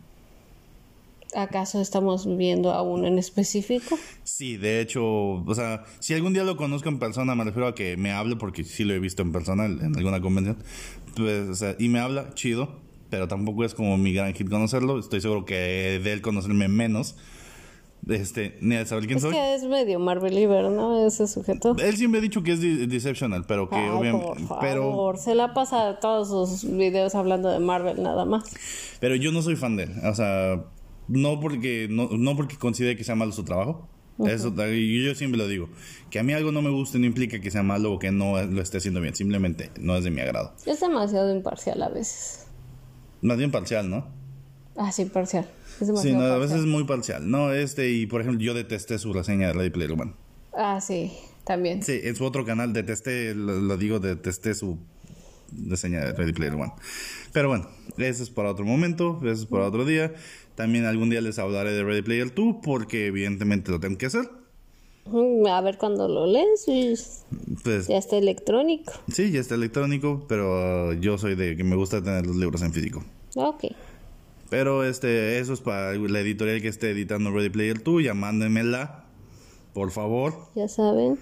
¿Acaso estamos viendo a uno en específico? Sí, de hecho, o sea, si algún día lo conozco en persona, me refiero a que me hable, porque sí lo he visto en persona en alguna convención, pues, o sea, y me habla, chido, pero tampoco es como mi gran hit conocerlo. Estoy seguro que de él conocerme menos, ni de saber quién soy. Es que es medio Marveliver, ¿no? Ese sujeto. Él siempre ha dicho que es Deceptional, pero que obviamente... Por favor, se la pasa todos sus videos hablando de Marvel nada más. Pero yo no soy fan de él, o sea... No porque considere que sea malo su trabajo. Eso, yo siempre lo digo. Que a mí algo no me guste no implica que sea malo o que no lo esté haciendo bien. Simplemente no es de mi agrado. Es demasiado imparcial a veces. Más bien parcial, ¿no? Sí, parcial. Es demasiado sí, no, parcial. A veces es muy parcial. No, y por ejemplo, yo detesté su reseña de Ready Player One. Sí, también. Sí, en su otro canal detesté su reseña de Ready Player One. Pero bueno, eso es para otro momento, eso es para otro día. También algún día les hablaré de Ready Player 2 porque evidentemente lo tengo que hacer. A ver cuando lo lees. Pues, ya está electrónico. Sí, ya está electrónico, pero yo soy de que me gusta tener los libros en físico. Ok. Pero eso es para la editorial que esté editando Ready Player 2. Ya mándenmela, por favor. Ya saben.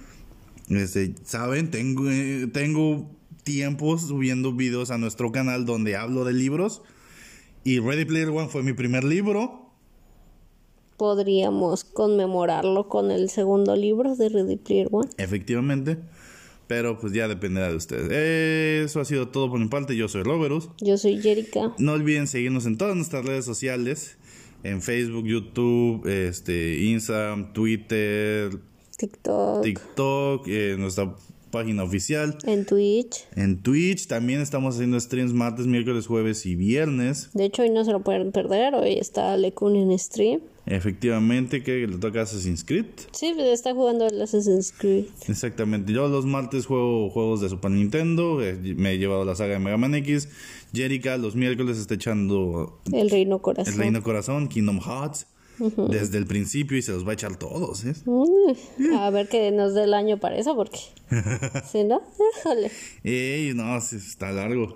Saben, tengo tiempo subiendo videos a nuestro canal donde hablo de libros. Y Ready Player One fue mi primer libro. podríamos conmemorarlo con el segundo libro de Ready Player One. Efectivamente, pero pues ya dependerá de ustedes. Eso ha sido todo por mi parte. Yo soy Roberus. Yo soy Jerica. No olviden seguirnos en todas nuestras redes sociales, en Facebook, YouTube, Instagram, Twitter, TikTok, nuestra página oficial. En Twitch. En Twitch también estamos haciendo streams martes, miércoles, jueves y viernes. De hecho, hoy no se lo pueden perder. Hoy está Lekun en stream. Efectivamente, que le toca Assassin's Creed. Sí, está jugando el Assassin's Creed. Exactamente. Yo los martes juego juegos de Super Nintendo. Me he llevado la saga de Mega Man X. Jerica los miércoles está echando El Reino Corazón. El Reino Corazón, Kingdom Hearts. Desde el principio y se los va a echar todos, ¿eh? A ver que nos dé el año para eso, porque si no, déjale. No, está largo.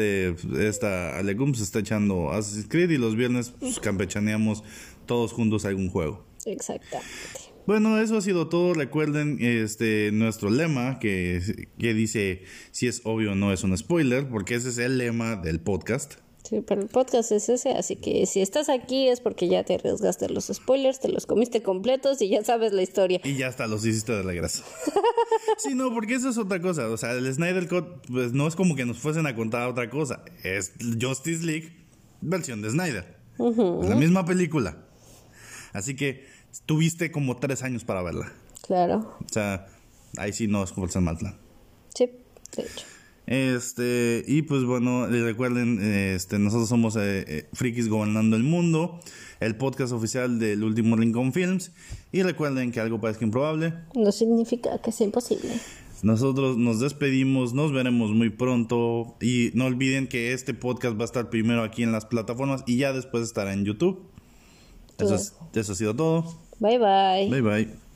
Alecum se está echando Assassin's Creed y los viernes pues, campechaneamos todos juntos algún juego. Exactamente. Bueno, eso ha sido todo. Recuerden nuestro lema que dice si es obvio o no es un spoiler, porque ese es el lema del podcast. Sí, pero el podcast es ese, así que si estás aquí es porque ya te arriesgaste a los spoilers, te los comiste completos y ya sabes la historia. Y ya hasta los hiciste de regreso. Sí, no, porque eso es otra cosa. O sea, el Snyder Cut pues no es como que nos fuesen a contar otra cosa. Es Justice League versión de Snyder. Es la misma película. Así que tuviste como 3 años para verla. Claro. O sea, ahí sí no es fuerza mal plan. Sí, de hecho. Y pues bueno, recuerden, nosotros somos Frikis Gobernando el Mundo, el podcast oficial del último Rincón Films. Y recuerden que algo parezca improbable no significa que sea imposible. Nosotros nos despedimos, nos veremos muy pronto. Y no olviden que este podcast va a estar primero aquí en las plataformas y ya después estará en YouTube. Eso ha sido todo. Bye bye. Bye bye.